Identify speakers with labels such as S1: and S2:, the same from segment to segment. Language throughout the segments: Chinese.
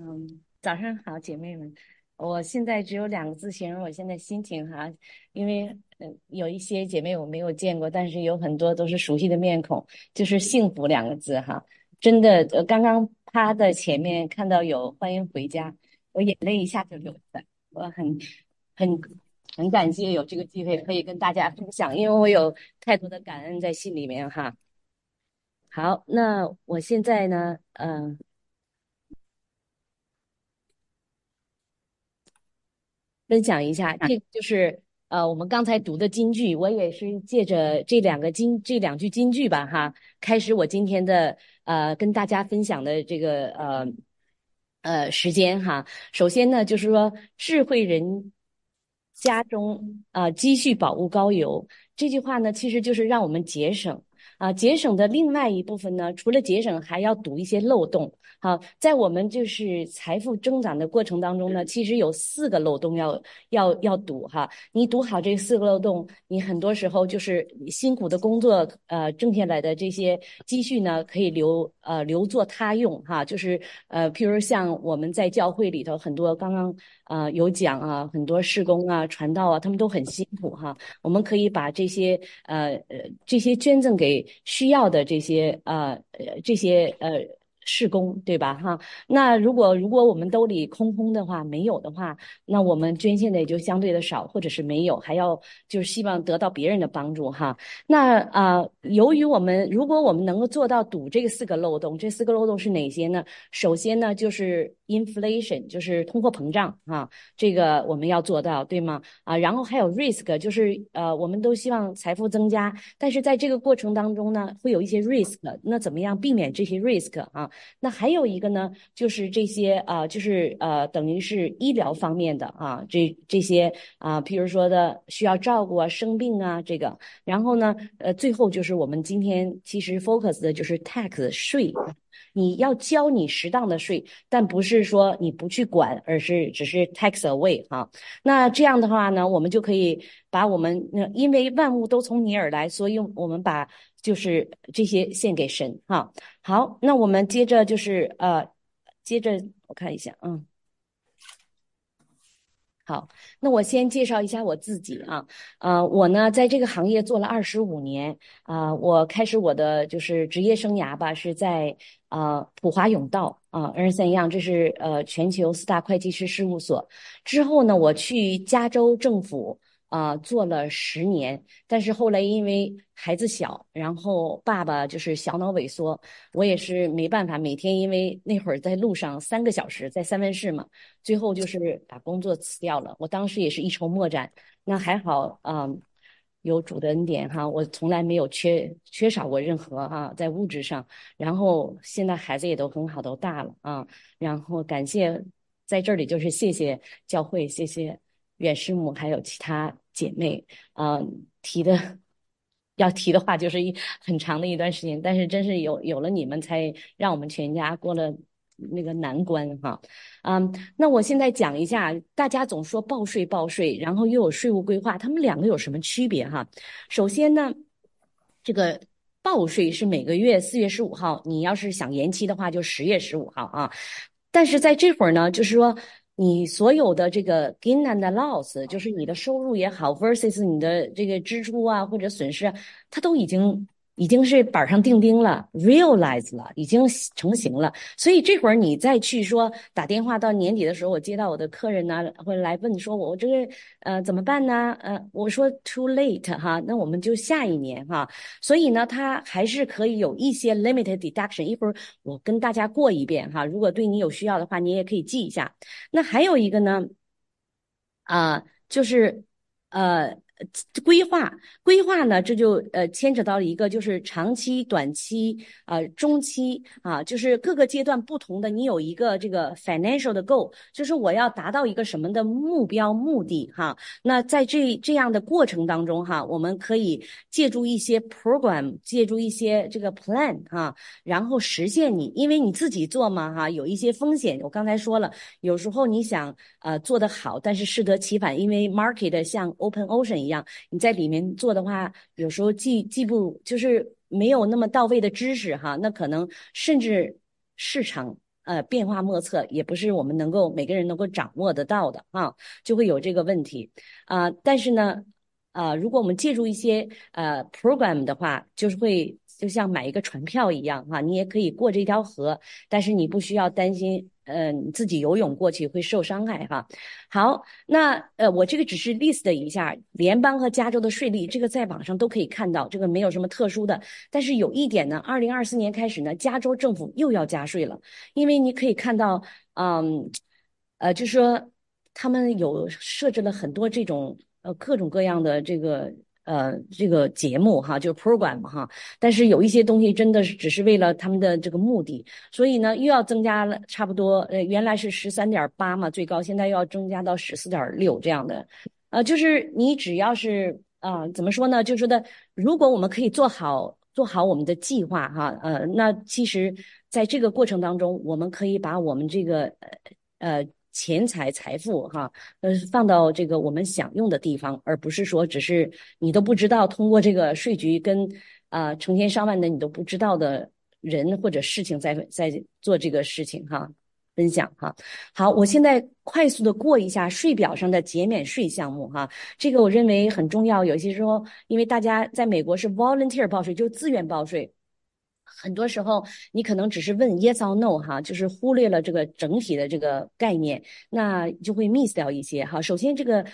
S1: 早上好，姐妹们。我现在只有2个字形容我现在心情哈，因为有一些姐妹我没有见过，但是有很多都是熟悉的面孔，就是幸福2个字哈。真的，刚刚趴在前面看到有欢迎回家，我眼泪一下就流出来。我很很感谢有这个机会可以跟大家分享，因为我有太多的感恩在心里面哈。好，那我现在呢，分享一下，这个就是我们刚才读的金句，我也是借着这2句金句吧哈，开始我今天的跟大家分享的这个时间哈。首先呢，就是说智慧人家中积蓄宝物高邮，这句话呢，其实就是让我们节省。节省的另外一部分呢，除了节省，还要堵一些漏洞。好，在我们就是财富增长的过程当中呢，其实有4个漏洞要堵哈。你堵好这4个漏洞，你很多时候就是你辛苦的工作挣下来的这些积蓄呢，可以留作他用哈。就是譬如像我们在教会里头很多刚刚有讲啊，很多事工啊、传道啊，他们都很辛苦哈。我们可以把这些捐赠给需要的这些事工，对吧？哈，那如果我们兜里空空的话，没有的话，那我们捐献的也就相对的少，或者是没有，还要就是希望得到别人的帮助哈。那由于如果我们能够做到堵这个4个漏洞，这4个漏洞是哪些呢？首先呢，就是 inflation，就是通货膨胀哈，这个我们要做到，对吗？然后还有 risk，就是我们都希望财富增加，但是在这个过程当中呢，会有一些 risk，那怎么样避免这些 risk 啊？那还有一个呢，就是这些就是等于是医疗方面的这些譬如说的需要照顾啊、生病啊这个，然后呢，最后就是我们今天其实 focus 的就是 tax 税。你要交你适当的税，但不是说你不去管，而是只是 tax away 哈。那这样的话呢，我们就可以把我们因为万物都从你而来，所以我们把就是这些献给神哈。好，那我们接着就是接着我看一下，好，那我先介绍一下我自己啊，我呢在这个行业做了25年我开始我的就是职业生涯吧，是在普华永道Ernst Young，这是全球4大会计师事务所。之后呢，我去加州政府做了10年，但是后来因为孩子小，然后爸爸就是小脑萎缩，我也是没办法，每天因为那会儿在路上3个小时，在三藩市嘛。最后就是把工作辞掉了。我当时也是一筹莫展，那还好有主的恩典哈，我从来没有缺少过任何在物质上。然后现在孩子也都很好，都大了然后感谢在这里就是谢谢教会，谢谢远师母还有其他姐妹提的。要提的话，就是很长的一段时间，但是真是有了你们，才让我们全家过了那个难关哈。那我现在讲一下，大家总说报税，然后又有税务规划，他们2个有什么区别哈？首先呢，这个报税是每个月4月15号，你要是想延期的话，就10月15号啊。但是在这会儿呢，就是说你所有的这个 gain and loss，就是你的收入也好，versus 你的这个支出啊或者损失啊，它都已经是板上钉钉了，realize 了，已经成型了。所以这会儿你再去说打电话到年底的时候，我接到我的客人呢，会来问说我这个怎么办呢？我说 too late 哈，那我们就下一年哈。所以呢，它还是可以有一些 limited deduction。一会儿我跟大家过一遍哈，如果对你有需要的话，你也可以记一下。那还有一个呢，就是呃规划呢，这就牵扯到了一个就是长期、短期中期就是各个阶段不同的，你有一个这个 financial 的 goal，就是我要达到一个什么的目标目的哈。那在这样的过程当中哈，我们可以借助一些 program，借助一些这个 plan 然后实现你，因为你自己做嘛有一些风险。我刚才说了，有时候你想做得好，但是适得其反，因为 market 像 open ocean 一样，你在里面做的话，有时候记不就是没有那么到位的知识那可能甚至市场变化莫测，也不是我们能够每个人能够掌握得到的啊，就会有这个问题但是呢，如果我们借助一些program 的话，就是会就像买一个船票一样哈，你也可以过这条河，但是你不需要担心你自己游泳过去会受伤害哈。好，那我这个只是 list 一下联邦和加州的税率，这个在网上都可以看到，这个没有什么特殊的。但是有一点呢，2024年开始呢，加州政府又要加税了，因为你可以看到，就是说他们有设置了很多这种各种各样的这个节目哈，就是 program 哈，但是有一些东西真的是只是为了他们的这个目的，所以呢又要增加了差不多原来是13.8嘛最高，现在又要增加到14.6这样的，就是你只要是怎么说呢？就是说的，如果我们可以做好我们的计划哈，那其实在这个过程当中，我们可以把我们这个钱财富哈，放到这个我们想用的地方，而不是说只是你都不知道通过这个税局跟成千上万的你都不知道的人或者事情在做这个事情哈。分享哈，好，我现在快速的过一下税表上的减免税项目哈，这个我认为很重要。有些时候，因为大家在美国是 volunteer 报税，就是自愿报税，很多时候你可能只是问 yes or no 哈，就是忽略了这个整体的这个概念，那就会 miss 掉一些哈。首先这个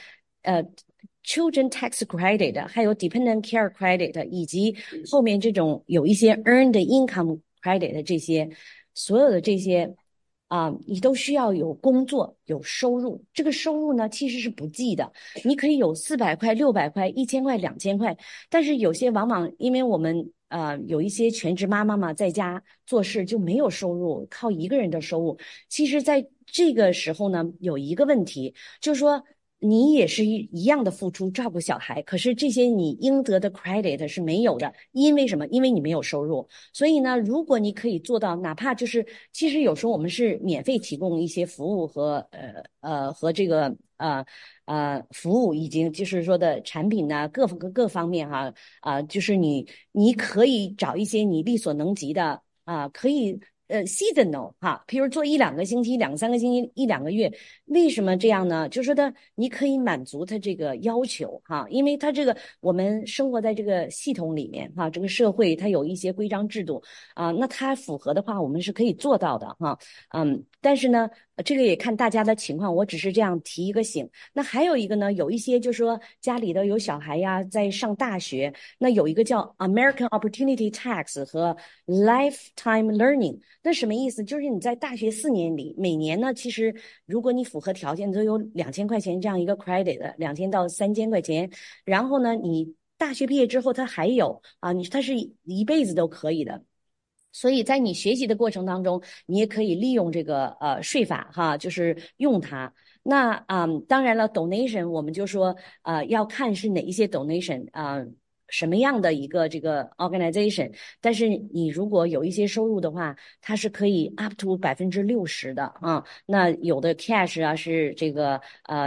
S1: Children Tax Credit，还有 Dependent Care Credit，以及后面这种有一些 Earned Income Credit 的这些，所有的这些你都需要有工作有收入。这个收入呢其实是不计的，你可以有400块、600块、1000块、2000块，但是有些往往因为我们有一些全职妈妈嘛，在家做事就没有收入，靠一个人的收入。其实，在这个时候呢，有一个问题，就是说你也是一样的付出照顾小孩，可是这些你应得的 credit 是没有的，因为什么？因为你没有收入。所以呢，如果你可以做到，哪怕就是其实有时候我们是免费提供一些服务和这个服务，已经就是说的产品呢各方面哈就是你可以找一些你力所能及的可以。seasonal 哈，譬如做1-2个星期、2-3个星期、1-2个月，为什么这样呢？就是说的你可以满足他这个要求哈，因为他这个我们生活在这个系统里面哈，这个社会它有一些规章制度那它符合的话，我们是可以做到的哈，但是呢，这个也看大家的情况，我只是这样提一个醒。那还有一个呢，有一些就是说家里的有小孩呀，在上大学，那有一个叫 American Opportunity Tax 和 Lifetime Learning。那什么意思？就是你在大学4年里，每年呢，其实如果你符合条件，都有2000块钱这样一个 credit，2000到3000块钱。然后呢，你大学毕业之后，它还有它是一辈子都可以的。所以在你学习的过程当中，你也可以利用这个税法哈，就是用它。那当然了，donation 我们就说要看是哪一些 donation什么样的一个这个 organization，但是你如果有一些收入的话，它是可以 up to60%的那有的 cash 是这个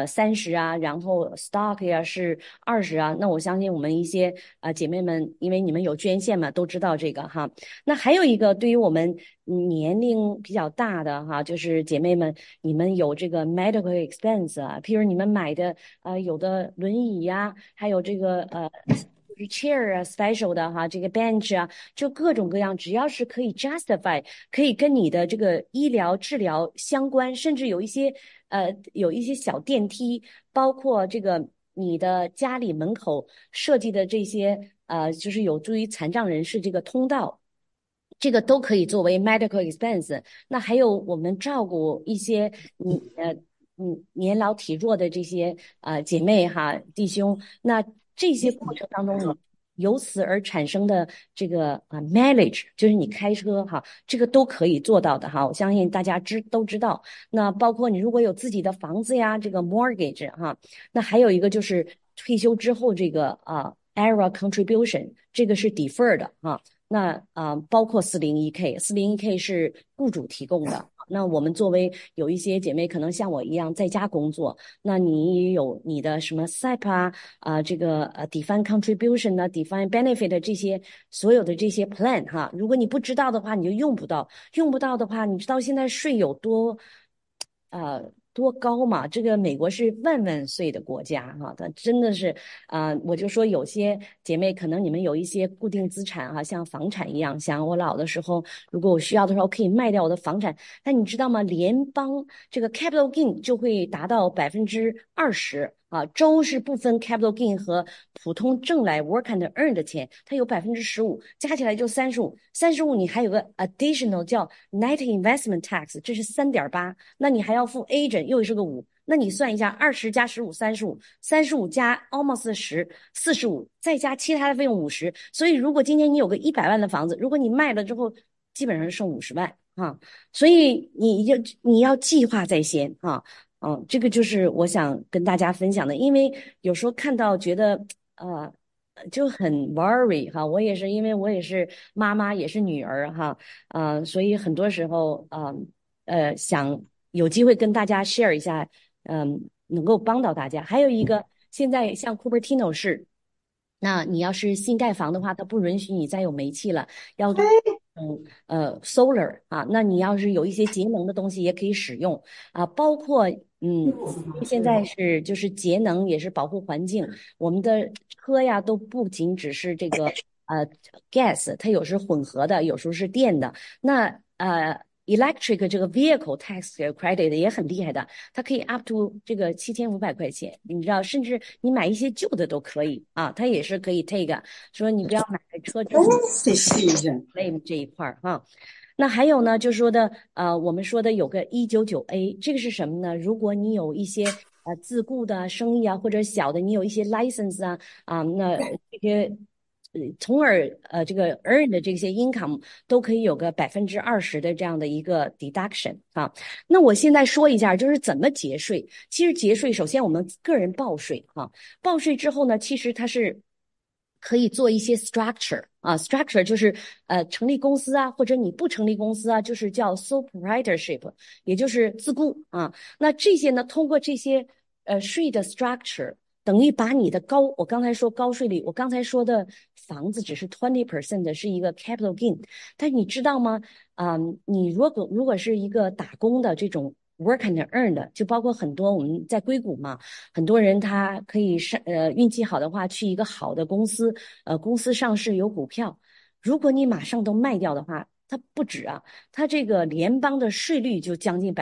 S1: 30然后 stock 是20那我相信我们一些姐妹们，因为你们有捐献嘛，都知道这个哈。那还有一个对于我们年龄比较大的哈，就是姐妹们，你们有这个 medical expense 譬如你们买的有的轮椅呀，还有这个就是 chair special 的哈，这个 bench 就各种各样，只要是可以 justify，可以跟你的这个医疗治疗相关，甚至有一些小电梯，包括这个你的家里门口设计的这些就是有助于残障人士这个通道。这个都可以作为 medical expense。那还有我们照顾一些年老体弱的这些姐妹哈弟兄，那这些过程当中你由此而产生的这个mileage，就是你开车哈，这个都可以做到的哈。我相信大家都知道。那包括你如果有自己的房子呀，这个 mortgage 哈，那还有一个就是退休之后这个era contribution，这个是 deferred 的哈。那包括401k，401k 是雇主提供的， 那我们作为有一些姐妹可能像我一样在家工作，那你也有你的什么 SIP 这个defined contribution defined benefit 这些所有的这些 plan 哈，如果你不知道的话，你就用不到，用不到的话，你知道现在税有多高嘛？这个美国是万万税的国家哈，它真的是我就说有些姐妹可能你们有一些固定资产哈，像房产一样，像我老的时候，如果我需要的时候可以卖掉我的房产，但你知道吗？联邦这个 capital gain 就会达到20%啊，州是不分 capital gain 和普通挣来 work and earn 的钱，它有15%，加起来就35%，35你还有个 additional 叫 net investment tax，这是3.8%，那你还要付 agent 又是个5。那你算一下，20加15，35，35加 almost 10，45，再加其他的费用50。所以如果今天你有个100万的房子，如果你卖了之后，基本上剩50万啊。所以你要计划在先啊。这个就是我想跟大家分享的，因为有时候看到觉得呃就很 worry 哈，我也是，因为我也是妈妈，也是女儿哈，所以很多时候想有机会跟大家 share 一下，能够帮到大家。还有一个，现在像 Cupertino 市。那你要是新盖房的话，它不允许你再有煤气了，要solar 啊。那你要是有一些节能的东西也可以使用啊，包括现在是就是节能也是保护环境，我们的车呀都不仅只是这个gas，它有时混合的，有时候是电的。那electric 这个 vehicle tax credit 也很厉害的，它可以 up to 这个7500块钱，你知道，甚至你买一些旧的都可以啊，它也是可以 take。说你不要买了车之后 claim 这一块儿哈。那还有呢，就说的我们说的有个199A，这个是什么呢？如果你有一些自雇的生意啊，或者小的，你有一些 license 那这些。从而这个 earn 的这些 income 都可以有个20%的这样的一个 deduction 啊。那我现在说一下，就是怎么节税。其实节税，首先我们个人报税报税之后呢，其实它是可以做一些 structure structure 就是成立公司或者你不成立公司就是叫 sole proprietorship，也就是自雇那这些呢，通过这些税的 structure。等于把你的我刚才说高税率，我刚才说的房子只是20% 的是一个 capital gain，但你知道吗？你如果是一个打工的这种 work and earn 的，就包括很多我们在硅谷嘛，很多人他可以运气好的话去一个好的公司，公司上市有股票，如果你马上都卖掉的话。它不止它这个联邦的税率就将近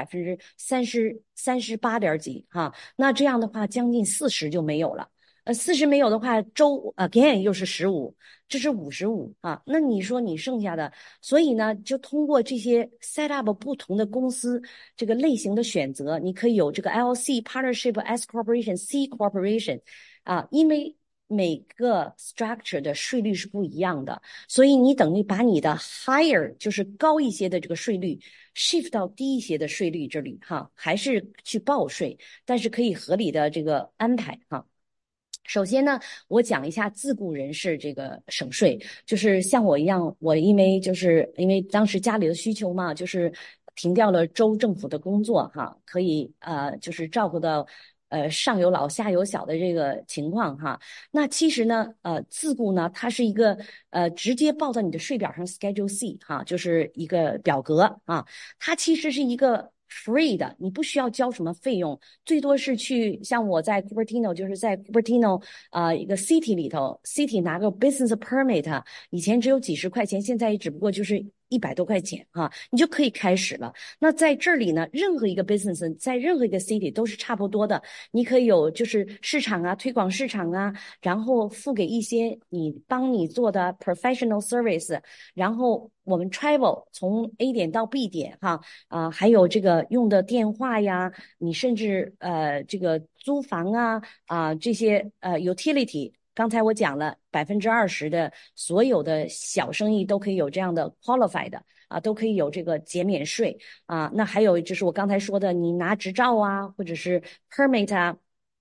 S1: 38点几那这样的话将近40就没有了。40没有的话，州again 又是15，这是55那你说你剩下的，所以呢，就通过这些 set up 不同的公司这个类型的选择，你可以有这个 LLC、partnership、S corporation、C corporation 因为每个 structure 的税率是不一样的，所以你等于把你的 higher 就是高一些的这个税率 shift 到低一些的税率这里还是去报税，但是可以合理的这个安排首先呢，我讲一下自雇人士这个省税，就是像我一样，我因为当时家里的需求嘛，就是停掉了州政府的工作可以就是照顾到上有老下有小的这个情况那其实呢自雇呢，它是一个直接报到你的税表上 Schedule C 就是一个表格它其实是一个。free 的，你不需要交什么费用，最多是去像我在 Cupertino，就是在 Cupertino 一个 city 里头 ，city 拿个 business permit，以前只有几十块钱，现在也只不过就是100多块钱你就可以开始了。那在这里呢，任何一个 business 在任何一个 city 都是差不多的，你可以有就是市场推广市场然后付给一些帮你做的 professional service，然后我们 travel 从 A 点到 B 点还有这个用的电话呀，你甚至这个租房这些utility，刚才我讲了20%的所有的小生意都可以有这样的 qualified 都可以有这个减免税那还有就是我刚才说的，你拿执照或者是 permit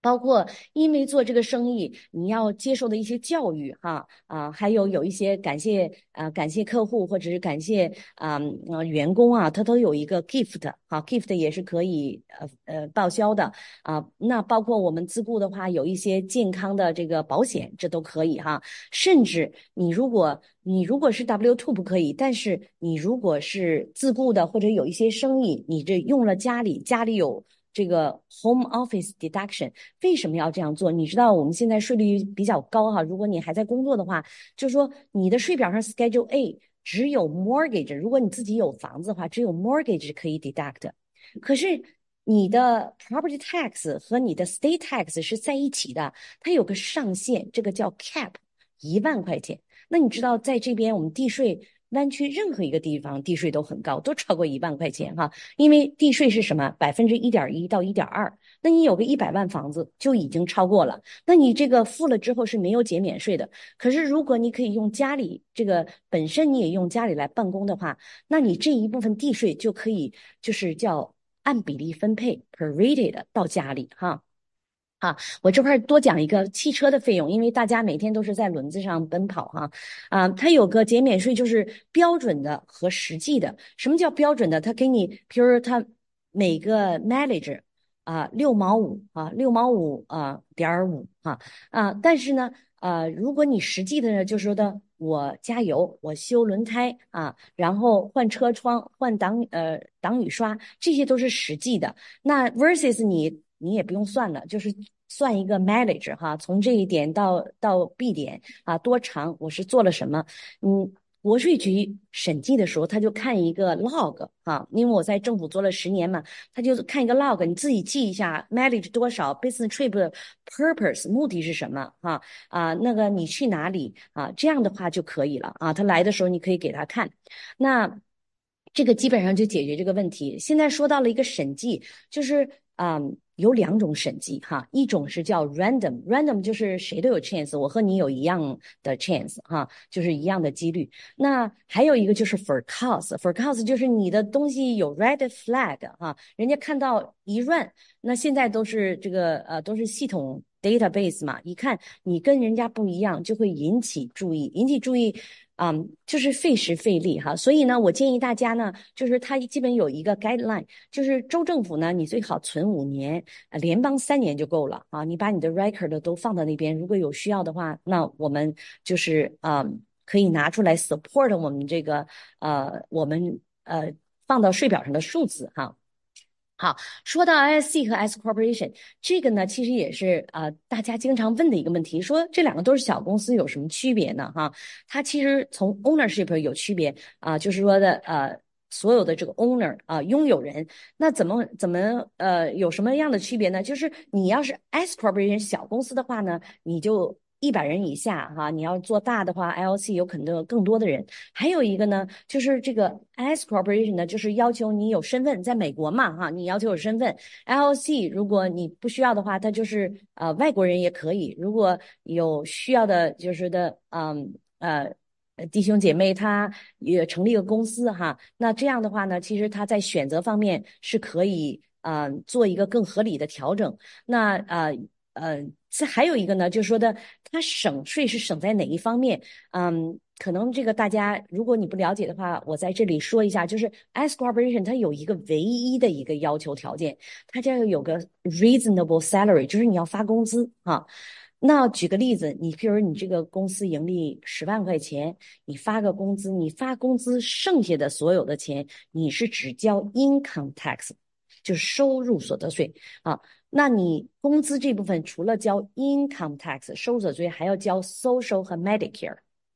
S1: 包括因为做这个生意，你要接受的一些教育哈还有一些感谢客户或者是感谢员工啊，他都有一个 gift gift 也是可以报销的那包括我们自雇的话，有一些健康的这个保险，这都可以哈。甚至你如果是 W2 不可以，但是你如果是自雇的或者有一些生意，你这用了家里有这个 home office deduction。为什么要这样做？你知道我们现在税率比较高哈，如果你还在工作的话，就是说你的税表上 Schedule A 只有 mortgage，如果你自己有房子的话，只有 mortgage 可以 deduct。可是你的 property tax 和你的 state tax 是在一起的，它有个上限，这个叫 cap，1万块钱。那你知道在这边我们地税湾区任何一个地方地税都很高，都超过1万块钱哈。因为地税是什么？1%到1.2%，那你有个100万房子就已经超过了。那你这个付了之后是没有减免税的。可是如果你可以用家里这个本身你也用家里来办公的话，那你这一部分地税就可以就是叫按比例分配 prorated 到家里哈。我这块多讲一个汽车的费用，因为大家每天都是在轮子上奔跑哈。它有个减免税，就是标准的和实际的。什么叫标准的？它给你，比如说它每个 mileage 6毛56毛5.5但是呢如果你实际的呢，就说的我加油，我修轮胎然后换车窗、换挡雨刷，这些都是实际的。那 versus 你也不用算了，就是算一个 mileage 哈，从这一点到 B 点多长，我是做了什么。国税局审计的时候，他就看一个 log 因为我在政府做了10年嘛，他就看一个 log，你自己记一下 mileage 多少 ，business trip 的 purpose 目的是什么那个你去哪里这样的话就可以了他来的时候你可以给他看。那这个基本上就解决这个问题。现在说到了一个审计，就是有2种审计一种是叫 random 就是谁都有 chance， 我和你有一样的 chance 就是一样的几率。那还有一个就是 for cause 就是你的东西有 red flag 人家看到一 run，那现在都是这个都是系统 database 嘛，一看你跟人家不一样，就会引起注意，就是费时费力所以呢，我建议大家呢，就是它基本有一个 guideline，就是州政府呢，你最好存5年，联邦3年就够了你把你的 record 都放到那边，如果有需要的话，那我们就是可以拿出来 support 我们这个我们放到税表上的数字好，说到 ISC 和 S corporation，这个呢，其实也是大家经常问的一个问题，说这2个都是小公司，有什么区别呢？它其实从 ownership 有区别就是说的所有的这个 owner 拥有人，那怎么有什么样的区别呢？就是你要是 S corporation 小公司的话呢，你就100人以下你要做大的话，LLC 有可能有更多的人。还有一个呢，就是这个 S corporation 呢，就是要求你有身份，在美国嘛你要求有身份。LLC 如果你不需要的话，它就是外国人也可以。如果有需要的，就是的弟兄姐妹他也成立个公司那这样的话呢，其实他在选择方面是可以做一个更合理的调整。那这还有一个呢，就是说的，它省税是省在哪一方面？可能这个大家如果你不了解的话，我在这里说一下，就是 S corporation 它有一个唯一的一个要求条件，它就要有个 reasonable salary，就是你要发工资那举个例子，你比如你这个公司盈利10万块钱，你发个工资，你发工资剩下的所有的钱，你是只交 income tax，就是收入所得税那你工资这部分除了交 income tax 收入所得税，还要交 social 和 Medicare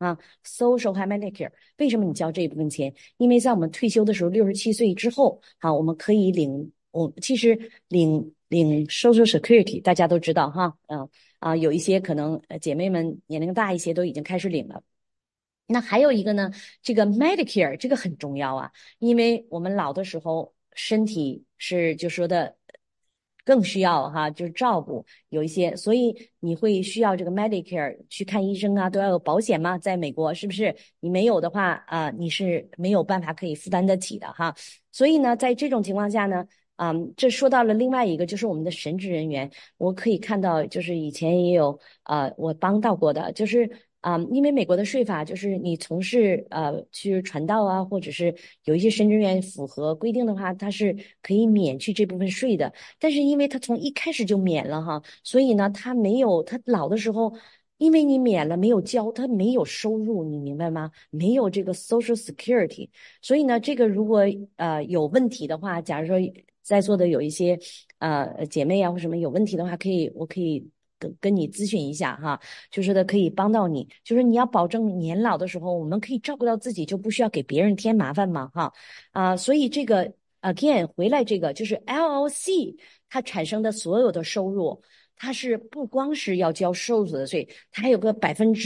S1: social 和 Medicare。为什么你交这一部分钱？因为在我们退休的时候，67岁之后我们可以其实领 Social Security， 大家都知道有一些可能姐妹们年龄大一些都已经开始领了。那还有一个呢，这个 Medicare 这个很重要因为我们老的时候身体是就说的更需要哈，就是照顾有一些，所以你会需要这个 Medicare 去看医生啊，都要有保险嘛，在美国是不是？你没有的话你是没有办法可以负担得起的哈。所以呢，在这种情况下呢。这说到了另外一个，就是我们的神职人员，我可以看到，就是以前也有我帮到过的，就是因为美国的税法就是你从事去传道啊，或者是有一些神职人员符合规定的话，他是可以免去这部分税的。但是因为他从一开始就免了哈，所以呢，他没有他老的时候。因为你免了，没有交，他没有收入，你明白吗？没有这个 Social Security，所以呢，这个如果有问题的话，假如说在座的有一些姐妹啊或什么有问题的话，我可以跟你咨询一下哈，就是的可以帮到你，就是你要保证年老的时候我们可以照顾到自己，就不需要给别人添麻烦嘛哈所以这个 again 回来这个就是 LLC 它产生的所有的收入。它是不光是要交收入所得税，它还有个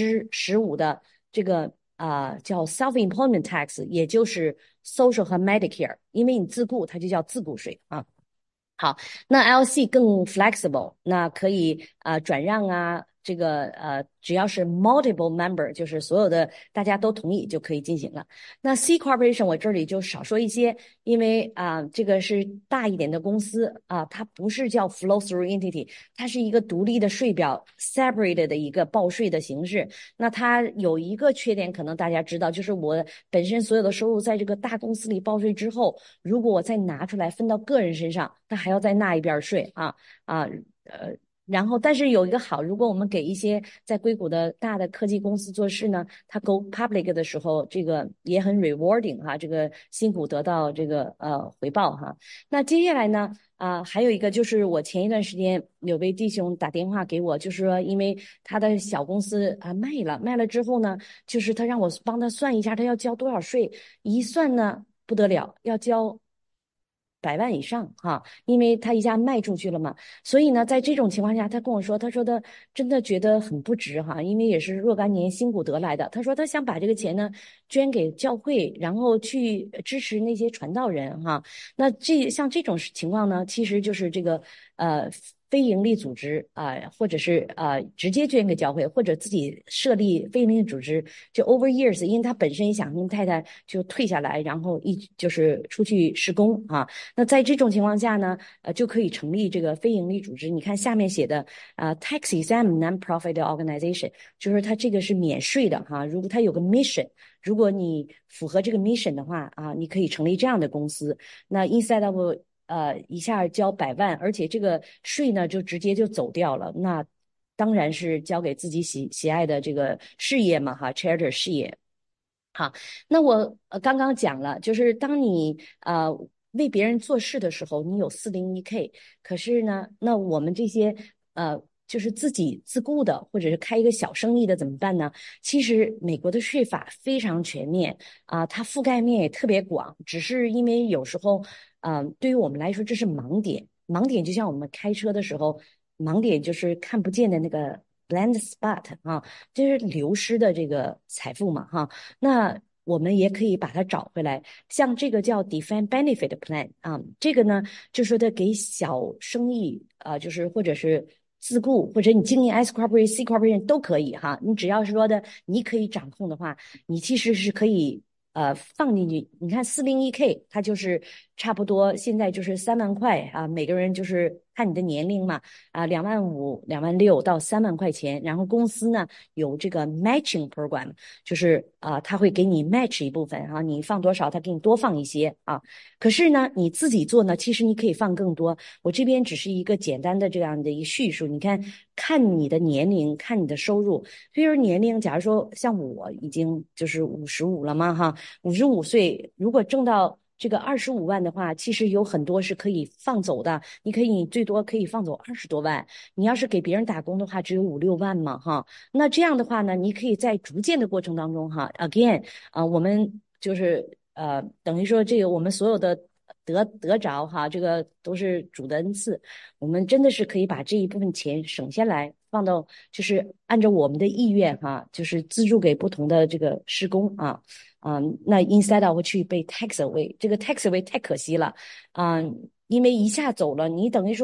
S1: 15%的这个叫 self-employment tax，也就是 social 和 Medicare，因为你自雇，它就叫自雇税啊。好，那 LC 更 flexible，那可以转让啊，这个只要是 multiple member，就是所有的大家都同意就可以进行了。那 C corporation 我这里就少说一些，因为这个是大一点的公司它不是叫 flow through entity，它是一个独立的税表 separated 的一个报税的形式。那它有一个缺点，可能大家知道，就是我本身所有的收入在这个大公司里报税之后，如果我再拿出来分到个人身上，它还要再纳一边税啊呃。然后，但是有一个好，如果我们给一些在硅谷的大的科技公司做事呢，它 go public 的时候，这个也很 rewarding 哈，这个辛苦得到这个回报哈。那接下来呢，还有一个就是我前一段时间有位弟兄打电话给我，就是说因为他的小公司卖了之后呢，就是他让我帮他算一下他要交多少税，一算呢不得了，要交100万以上哈，因为他一下卖出去了嘛，所以呢，在这种情况下，他跟我说，他说他真的觉得很不值哈，因为也是若干年辛苦得来的。他说他想把这个钱呢捐给教会，然后去支持那些传道人哈。那像这种情况呢，其实就是这个非营利组织或者是直接捐给教会，或者自己设立非营利组织，就 over years，因为他本身也想跟太太就退下来，然后就是出去施工那在这种情况下呢，就可以成立这个非营利组织。你看下面写的tax exempt non-profit organization，就是它这个是免税的哈。如果它有个 mission，如果你符合这个 mission 的话你可以成立这样的公司。那 inside of 一下交100万，而且这个税呢就直接就走掉了。那当然是交给自己喜爱的这个事业嘛哈，charity 事业。好，那我刚刚讲了，就是当你为别人做事的时候，你有401k，可是呢，那我们这些就是自己自雇的，或者是开一个小生意的怎么办呢？其实美国的税法非常全面它覆盖面也特别广，只是因为有时候对于我们来说这是盲点，盲点就像我们开车的时候，盲点就是看不见的那个 blind spot 就是流失的这个财富嘛那我们也可以把它找回来，像这个叫 defined benefit plan 这个呢，就说的给小生意就是或者是自雇，或者你经营 S corporation、C corporation 都可以你只要是说的你可以掌控的话，你其实是可以放进去。你看401k，它就是差不多现在就是3万块每个人就是看你的年龄嘛2万5、2万6到3万块钱，然后公司呢有这个 matching program，就是他会给你 match 一部分你放多少，他给你多放一些可是呢，你自己做呢，其实你可以放更多。我这边只是一个简单的这样的一个叙述，你看你的年龄，看你的收入。比如年龄，假如说像我已经就是55了嘛55岁，如果挣到这个25万的话，其实有很多是可以放走的。你最多可以放走20多万。你要是给别人打工的话，只有5、6万嘛那这样的话呢，你可以在逐渐的过程当中again 我们就是等于说这个我们所有的得着这个都是主的恩赐，我们真的是可以把这一部分钱省下来，放到就是按照我们的意愿就是资助给不同的这个施工那 inside out 去被 tax away， 这个 tax away 太可惜了因为一下走了，你等于说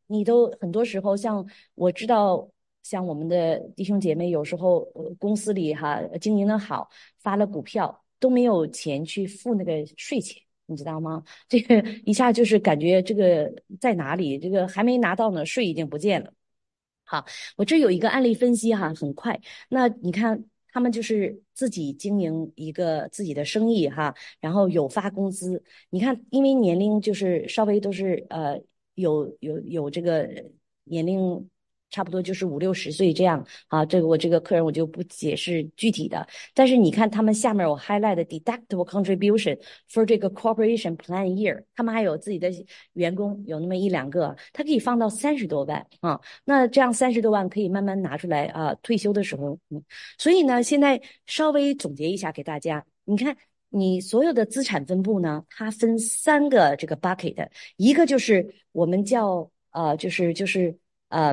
S1: 你都很多时候像我知道，像我们的弟兄姐妹有时候公司里哈经营的好，发了股票都没有钱去付那个税钱。你知道吗？这个一下就是感觉这个在哪里，这个还没拿到呢，税已经不见了。好，我这有一个案例分析哈，很快。那你看，他们就是自己经营一个自己的生意哈，然后有发工资。你看，因为年龄就是稍微都是有这个年龄。差不多就是50、60岁这样啊，这个我这个客人我就不解释具体的，但是你看他们下面我 highlight 的 deductible contribution for 这个 corporation plan year，他们还有自己的员工有那么1、2个，他可以放到30多万啊。那这样30多万可以慢慢拿出来啊，退休的时候，所以呢，现在稍微总结一下给大家，你看你所有的资产分布呢，它分3个这个 bucket，一个就是我们叫呃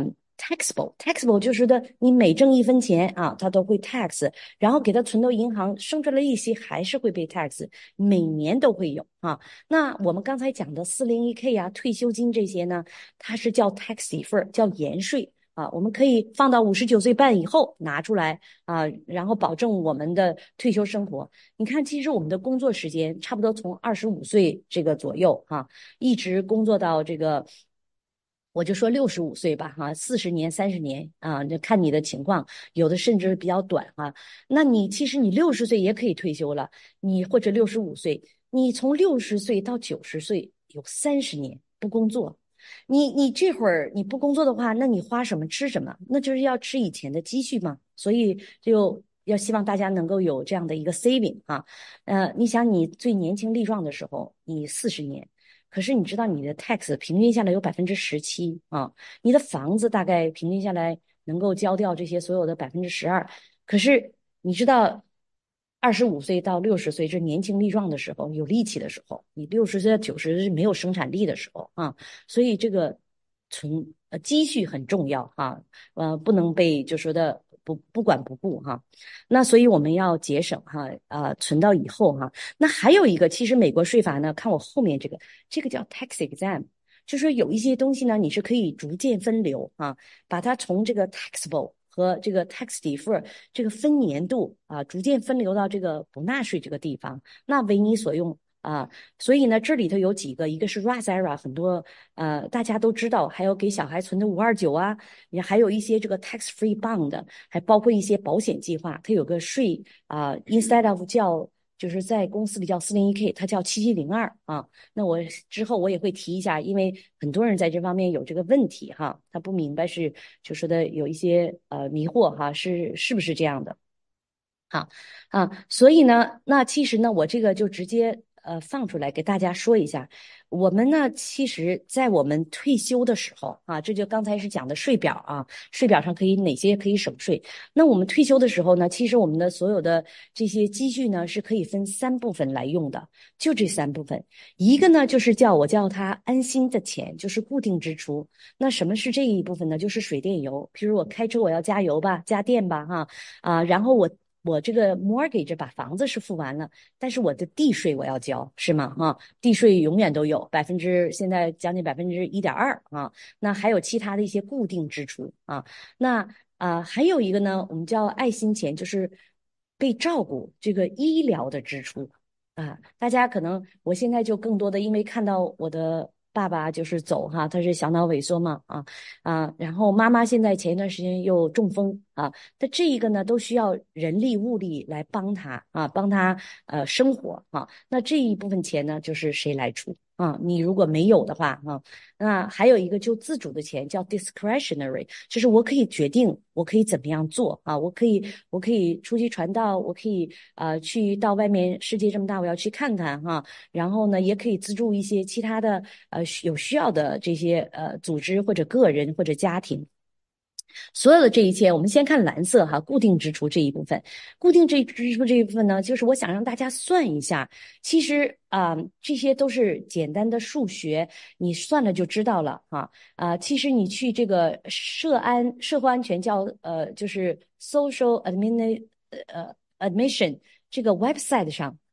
S1: taxable 就是的，你每挣1分钱啊，它都会 tax，然后给它存到银行，剩出来利息还是会被 tax，每年都会有啊。那我们刚才讲的401k 啊、退休金这些呢，它是叫 tax defer，叫延税。啊，我们可以放到59岁半以后拿出来啊，然后保证我们的退休生活。你看，其实我们的工作时间差不多从25岁这个左右哈，一直工作到这个，我就说65岁吧哈，40年、30年啊，就看你的情况，有的甚至比较短哈。那你其实你60岁也可以退休了，你或者65岁，你从60岁到90岁有30年不工作。你这会儿你不工作的话，那你花什么吃什么？那就是要吃以前的积蓄嘛。所以就要希望大家能够有这样的一个 saving 啊。你想你最年轻力壮的时候，你40年，可是你知道你的 tax 平均下来有17%啊，你的房子大概平均下来能够交掉这些所有的12%，可是你知道。25岁到60岁是年轻力壮的时候，有力气的时候。你60岁到90是没有生产力的时候啊，所以这个积蓄很重要哈，不能被就说的不管不顾哈。那所以我们要节省哈，存到以后哈。那还有一个，其实美国税法呢，看我后面这个叫 tax exempt。就说有一些东西呢，你是可以逐渐分流啊，把它从这个 taxable 和这个 tax defer 这个分年度啊，逐渐分流到这个不纳税这个地方，那为你所用啊。所以呢，这里头有几个，一个是 Roth IRA，很多大家都知道，还有给小孩存的529啊，也还有一些这个 tax free bond，还包括一些保险计划，它有个税instead of 叫。就是在公司里叫401k，它叫7702啊。那我之后我也会提一下，因为很多人在这方面有这个问题哈，他不明白是就说的有一些迷惑哈，是不是这样的？好所以呢，那其实呢，我这个就直接放出来给大家说一下。我们呢，其实，在我们退休的时候啊，这就刚才是讲的税表啊，税表上可以哪些可以省税。那我们退休的时候呢，其实我们的所有的这些积蓄呢，是可以分3部分来用的，就这3部分。一个呢，就是我叫它安心的钱，就是固定支出。那什么是这一部分呢？就是水电油。比如我开车我要加油吧，加电吧，哈然后我这个 mortgage 把房子是付完了，但是我的地税我要交，是吗？地税永远都有现在将近1.2%啊。那还有其他的一些固定支出啊。那还有一个呢，我们叫爱心钱，就是被照顾这个医疗的支出啊。大家可能我现在就更多的因为看到我的。爸爸就是走哈，他是小脑萎缩嘛然后妈妈现在前一段时间又中风啊，那这一个呢，都需要人力物力来帮他帮他生活那这一部分钱呢，就是谁来出你如果没有的话那还有一个就自主的钱叫 discretionary，就是我可以决定我可以怎么样做我可以出去传道，我可以去到外面世界这么大，我要去看看然后呢，也可以资助一些其他的有需要的这些组织或者个人或者家庭。所有的这一切，我们先看蓝色固定支出这一部分。固定支出这一部分呢，就是我想让大家算一下，其实这些都是简单的数学，你算了就知道了其实你去这个社会安全就是 social admission 这个 website 上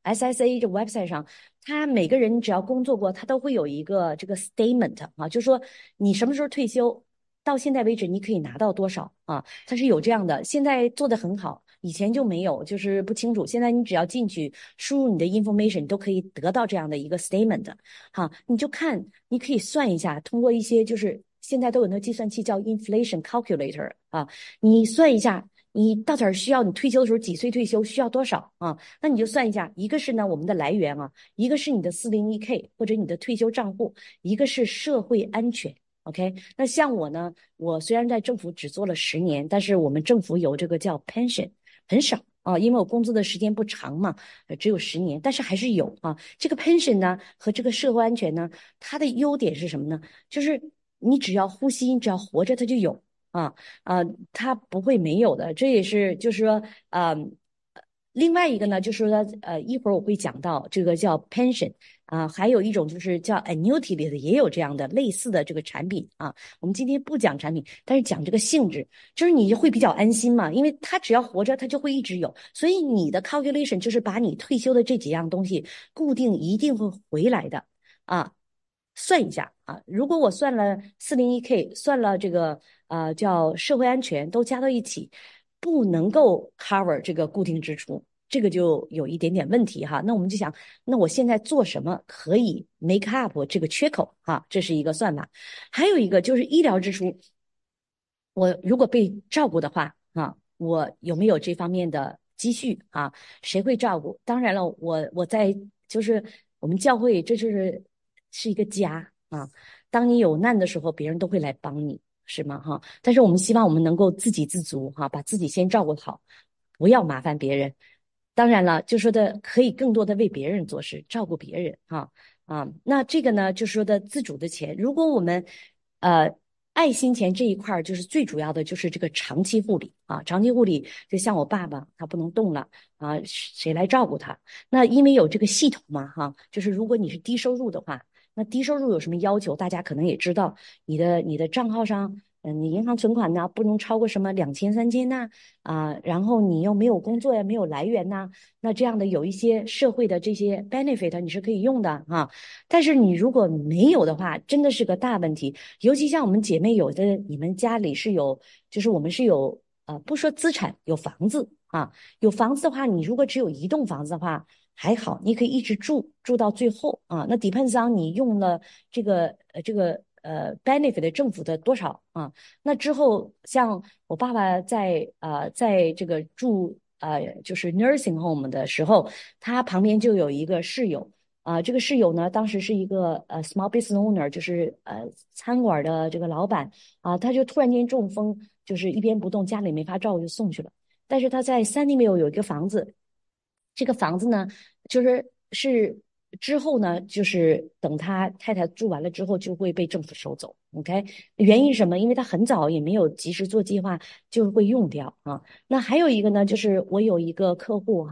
S1: SSA 这个 website 上，他每个人只要工作过，他都会有一个这个 statement 啊，就说你什么时候退休，到现在为止你可以拿到多少啊？它是有这样的，现在做的很好，以前就没有，就是不清楚。现在你只要进去输入你的 information，你都可以得到这样的一个 statement。好，你就看，你可以算一下，通过一些就是现在都有那个计算器叫 inflation calculator 啊，你算一下。你到底需要你退休的时候几岁退休，需要多少啊？那你就算一下，一个是呢我们的来源啊，一个是你的401k 或者你的退休账户，一个是社会安全。OK，那像我呢，我虽然在政府只做了10年，但是我们政府有这个叫 pension，很少啊，因为我工作的时间不长嘛，只有10年，但是还是有啊。这个 pension 呢和这个社会安全呢，它的优点是什么呢？就是你只要呼吸，你只要活着，它就有。啊它不会没有的，这也是就是说，另外一个呢，就是说，一会儿我会讲到这个叫 pension 还有一种就是叫 annuity 里的也有这样的类似的这个产品啊。我们今天不讲产品，但是讲这个性质，就是你会比较安心嘛，因为它只要活着，它就会一直有，所以你的 calculation 就是把你退休的这几样东西固定一定会回来的啊。算一下啊，如果我算了401k，算了这个叫社会安全都加到一起，不能够 cover 这个固定支出，这个就有一点点问题哈。那我们就想，那我现在做什么可以 make up 这个缺口哈？这是一个算法。还有一个就是医疗支出，我如果被照顾的话我有没有这方面的积蓄啊？谁会照顾？当然了，我在就是我们教会，这是一个家啊。当你有难的时候，别人都会来帮你，是吗？哈。但是我们希望我们能够自给自足哈，把自己先照顾好，不要麻烦别人。当然了，就说的可以更多的为别人做事，照顾别人那这个呢，就是说的自主的钱，如果我们呃爱心钱这一块就是最主要的就是这个长期护理啊，长期护理就像我爸爸他不能动了啊，谁来照顾他？那因为有这个系统嘛就是如果你是低收入的话，那低收入有什么要求？大家可能也知道，你的账号上。你银行存款呢不能超过什么2000、3000呐然后你又没有工作呀，没有来源呐，那这样的有一些社会的这些 benefit 你是可以用的但是你如果没有的话，真的是个大问题。尤其像我们姐妹有的，你们家里是有，就是我们是有不说资产，有房子有房子的话，你如果只有一栋房子的话。还好，你可以一直住到最后那 depends on 你用了这个 benefit 政府的多少那之后，像我爸爸在这个住就是 nursing home 的时候，他旁边就有一个室友这个室友呢，当时是一个small business owner，就是餐馆的这个老板他就突然间中风，就是一边不动，家里没法照顾，就送去了。但是他在 Sunnyvale 有一个房子，这个房子呢，是之后呢，就是等他太太住完了之后，就会被政府收走。OK，原因是什么？因为他很早也没有及时做计划，就会用掉那还有一个呢，就是我有一个客户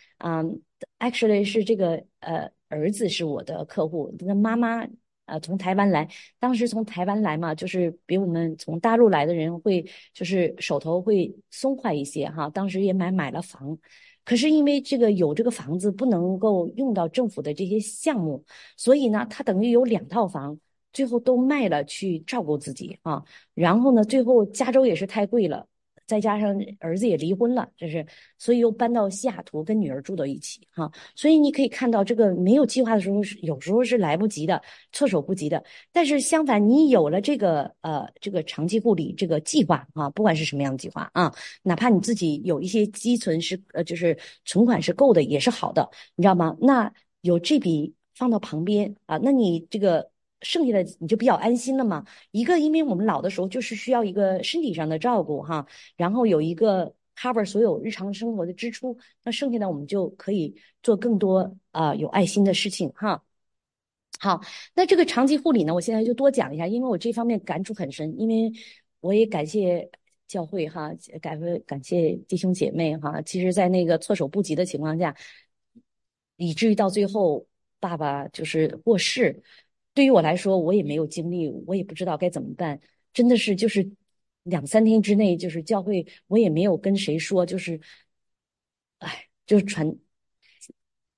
S1: actually 是这个儿子是我的客户，那妈妈从台湾来，当时从台湾来嘛，就是比我们从大陆来的人会就是手头会松快一些当时也买了房。可是因为有这个房子不能够用到政府的这些项目，所以呢，他等于有2套房，最后都卖了去照顾自己然后呢，最后加州也是太贵了，再加上儿子也离婚了，所以又搬到西雅图跟女儿住到一起所以你可以看到，这个没有计划的时候有时候是来不及的，措手不及的。但是相反，你有了这个长期护理这个计划不管是什么样的计划哪怕你自己有一些积存就是存款是够的，也是好的，你知道吗？那有这笔放到旁边那你这个剩下的你就比较安心了嘛。一个，因为我们老的时候就是需要一个身体上的照顾然后有一个 cover 所有日常生活的支出，那剩下的我们就可以做更多有爱心的事情好，那这个长期护理呢，我现在就多讲一下，因为我这方面感触很深，因为我也感谢教会感谢弟兄姐妹其实，在那个措手不及的情况下，以至于到最后爸爸就是过世，对于我来说，我也没有经历，我也不知道该怎么办，真的是就是2、3天之内，就是教会我也没有跟谁说，就是，哎，就是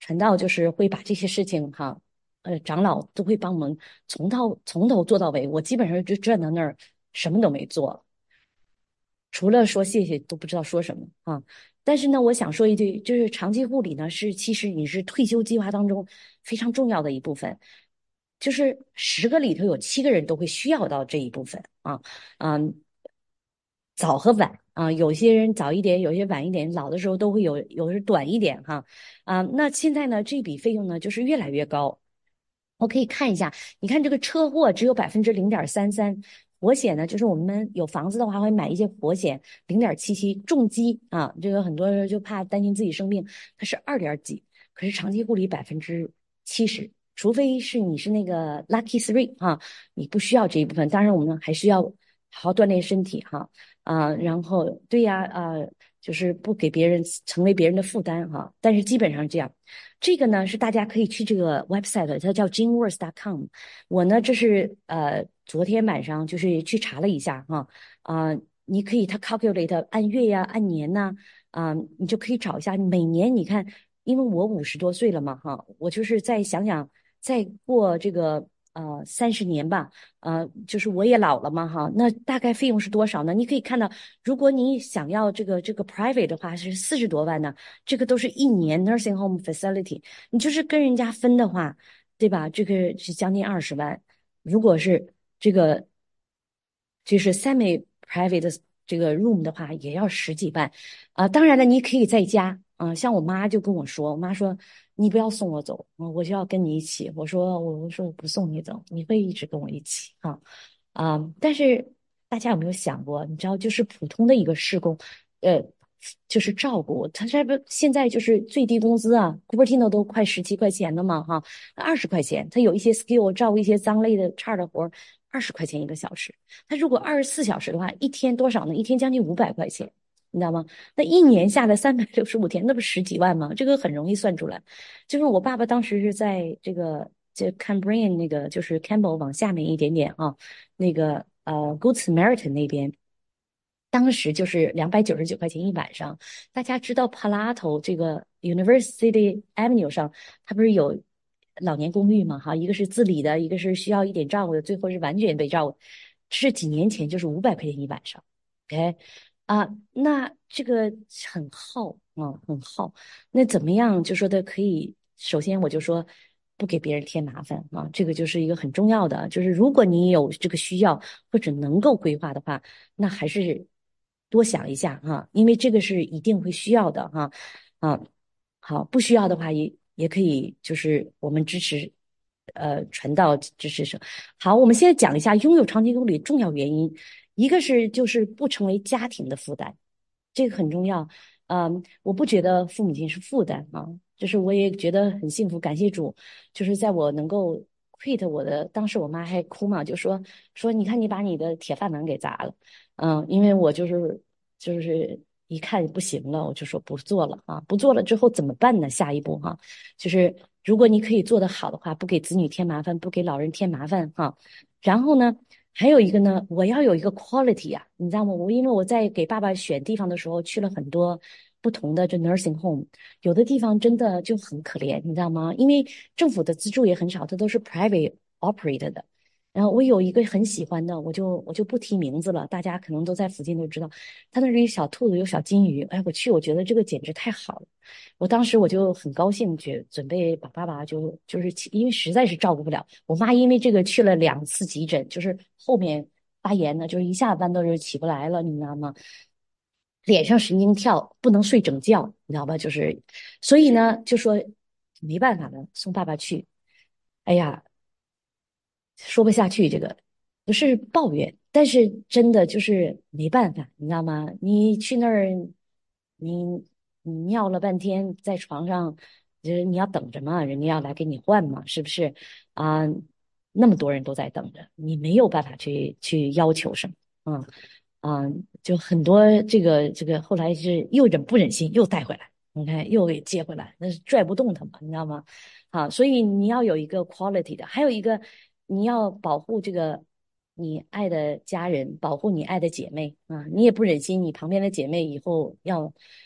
S1: 传道就是会把这些事情哈，长老都会帮我们从头做到尾。我基本上就站在那儿什么都没做，除了说谢谢都不知道说什么啊。但是呢，我想说一句，就是长期护理呢其实你是退休计划当中非常重要的一部分，就是10个里头有7个人都会需要到这一部分啊。嗯，早和晚啊，有些人早一点，有些晚一点，老的时候都会有的是短一点哈。那现在呢，这笔费用呢就是越来越高。我可以看一下，你看这个车祸只有0.33%，活险呢就是我们有房子的话会买一些活险0.77，重疾啊，这个很多人就怕担心自己生病，它是2点几，可是长期护理70%，除非是你是那个 lucky three 啊，你不需要这一部分，当然我们还是要好好锻炼身体哈。然后对呀，就是不给别人成为别人的负担哈。但是基本上这样，这个呢是大家可以去这个 website，它叫 GeneWorks.com。我呢这是昨天晚上就是去查了一下哈。你可以它 calculate 按月呀、按年呐。你就可以找一下每年你看，因为我50多岁了嘛哈，我就是再想想再过这个30年吧。就是我也老了嘛哈，那大概费用是多少呢？你可以看到，如果你想要这个 private 的话是40多万呢，这个都是一年 nursing home facility，你就是跟人家分的话，对吧？这个是将近20万。如果是这个就是 semi private 的这个 room 的话，也要十几万。当然了，你可以在家。像我妈就跟我说，我妈说你不要送我走，我就要跟你一起。我说我不送你走，你会一直跟我一起啊。但是大家有没有想过，你知道，就是普通的一个施工，呃，就是照顾他这不现在就是最低工资啊 c u p e r t i n o 都快17块钱了嘛哈，20块钱，他有一些 skill 照顾一些脏累的差的活20块钱1个小时。他如果24小时的话，一天多少呢？一天将近500块钱。你知道吗？那一年下来365天，那不是十几万吗？这个很容易算出来。就是我爸爸当时是在这 Cambrian 那个就是 Campbell 往下面一点点啊，那个Good Samaritan 那边，当时就是299块钱一晚上。大家知道 Palato 这个 University Avenue 上，它不是有老年公寓吗？哈，一个是自理的，一个是需要一点照顾的，最后是完全被照顾。是几年前就是500块钱一晚上。OK。那这个很耗啊，很耗。那怎么样？就说的可以，首先我就说不给别人添麻烦啊，这个就是一个很重要的。就是如果你有这个需要或者能够规划的话，那还是多想一下哈，因为这个是一定会需要的哈。啊，好，不需要的话也可以，就是我们支持，传道支持者。好，我们现在讲一下拥有长期护理重要原因。一个是就是不成为家庭的负担，这个很重要。我不觉得父母亲是负担啊，就是我也觉得很幸福，感谢主，就是在我能够 quit 我的，当时我妈还哭嘛，就说你看你把你的铁饭碗给砸了。因为我就是一看不行了，我就说不做了啊，不做了之后怎么办呢？下一步哈，就是如果你可以做得好的话，不给子女添麻烦，不给老人添麻烦哈。然后呢，还有一个呢，我要有一个 quality 啊，你知道吗？因为我在给爸爸选地方的时候，去了很多不同的这 nursing home，有的地方真的就很可怜，你知道吗？因为政府的资助也很少，它都是 private operated 的。然后我有一个很喜欢的，我就不提名字了，大家可能都在附近都知道，他那里有小兔子，有小金鱼。哎，我觉得这个简直太好了。我当时我就很高兴，准备把爸爸就是因为实在是照顾不了我妈，因为这个去了2次急诊，就是后面发炎呢，就是一下班都是起不来了，你知道吗？脸上神经跳，不能睡整觉，你知道吧？就是所以呢，就说没办法了，送爸爸去。哎呀，说不下去，这个不是抱怨，但是真的就是没办法，你知道吗？你去那儿，你你尿了半天在床上，就是你要等着嘛，人家要来给你换嘛，是不是？啊、那么多人都在等着，你没有办法去要求什么。嗯。就很多这个后来是又忍不忍心又带回来，你看又给接回来，那是拽不动他嘛，你知道吗？所以你要有一个 quality 的，还有一个你要保护这个你爱的家人，保护你爱的姐妹啊，你也不忍心你旁边的姐妹以后要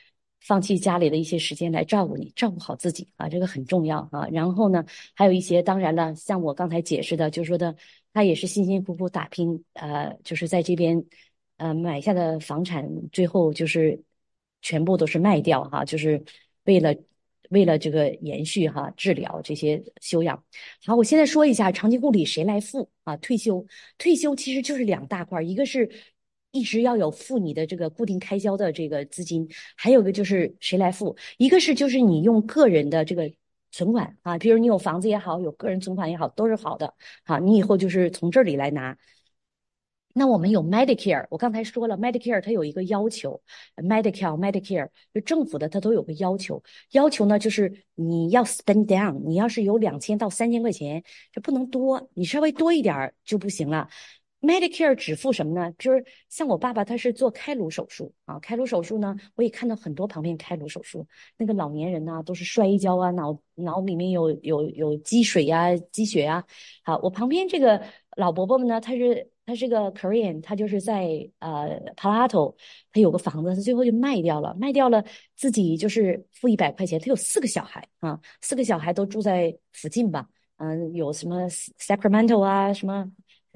S1: 放弃家里的一些时间来照顾你，照顾好自己啊，这个很重要啊。然后呢，还有一些，当然了，像我刚才解释的，就说的，他也是辛辛苦苦打拼，就是在这边，买下的房产，最后就是全部都是卖掉哈，就是为了这个延续哈治疗这些修养。好，我现在说一下长期护理谁来付啊？退休其实就是两大块，一个是一直要有付你的这个固定开销的这个资金，还有一个就是谁来付，一个是就是你用个人的这个存款啊，比如你有房子也好，有个人存款也好，都是好的。好，你以后就是从这里来拿。那我们有 Medicare，我刚才说了，Medicare 它有一个要求，Medicare 就政府的它都有个要求，要求呢就是你要 spend down，你要是有2000到3000块钱就不能多，你稍微多一点就不行了。Medicare 只付什么呢？就是像我爸爸他是做开颅手术啊，开颅手术呢，我也看到很多旁边开颅手术，那个老年人呢都是摔一跤啊，脑里面有积水呀、积血呀。好，我旁边这个老伯伯们呢，他是个 Korean，他就是在Palo Alto，他有个房子，他最后就卖掉了，自己就是付100块钱，他有4个小孩啊，4个小孩都住在附近吧，有什么 Sacramento 啊，什么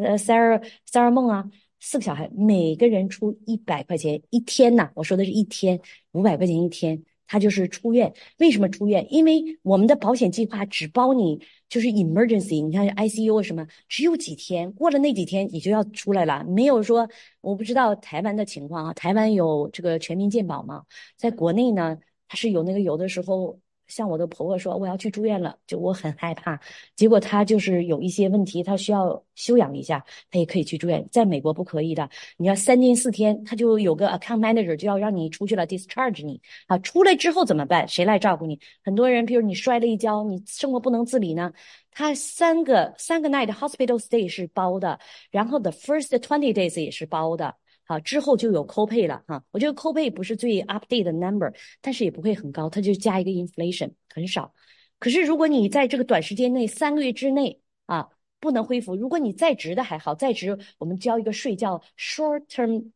S1: Sarah 梦啊，4个小孩每个人出100块钱一天呐，我说的是一天，500块钱一天。他就是出院，为什么出院？因为我们的保险计划只包你就是 emergency，你看 ICU 什么，只有几天，过了那几天你就要出来了，没有说我不知道台湾的情况啊，台湾有这个全民健保吗？在国内呢，它是有那个有的时候。像我的婆婆说我要去住院了，就我很害怕。结果她就是有一些问题，她需要休养一下，她也可以去住院。在美国不可以的，你要3天4天，他就有个 account manager 就要让你出去了，discharge 你。啊，出来之后怎么办？谁来照顾你？很多人，比如你摔了一跤，你生活不能自理呢，他三个 night hospital stay 是包的，然后 the first 20 days 也是包的。好，之后就有 copay 了哈。我觉得 copay 不是最 update 的 number，但是也不会很高，它就加一个 inflation，很少。可是如果你在这个短时间内3个月之内啊，不能恢复，如果你在职的还好，在职我们交一个税叫 short term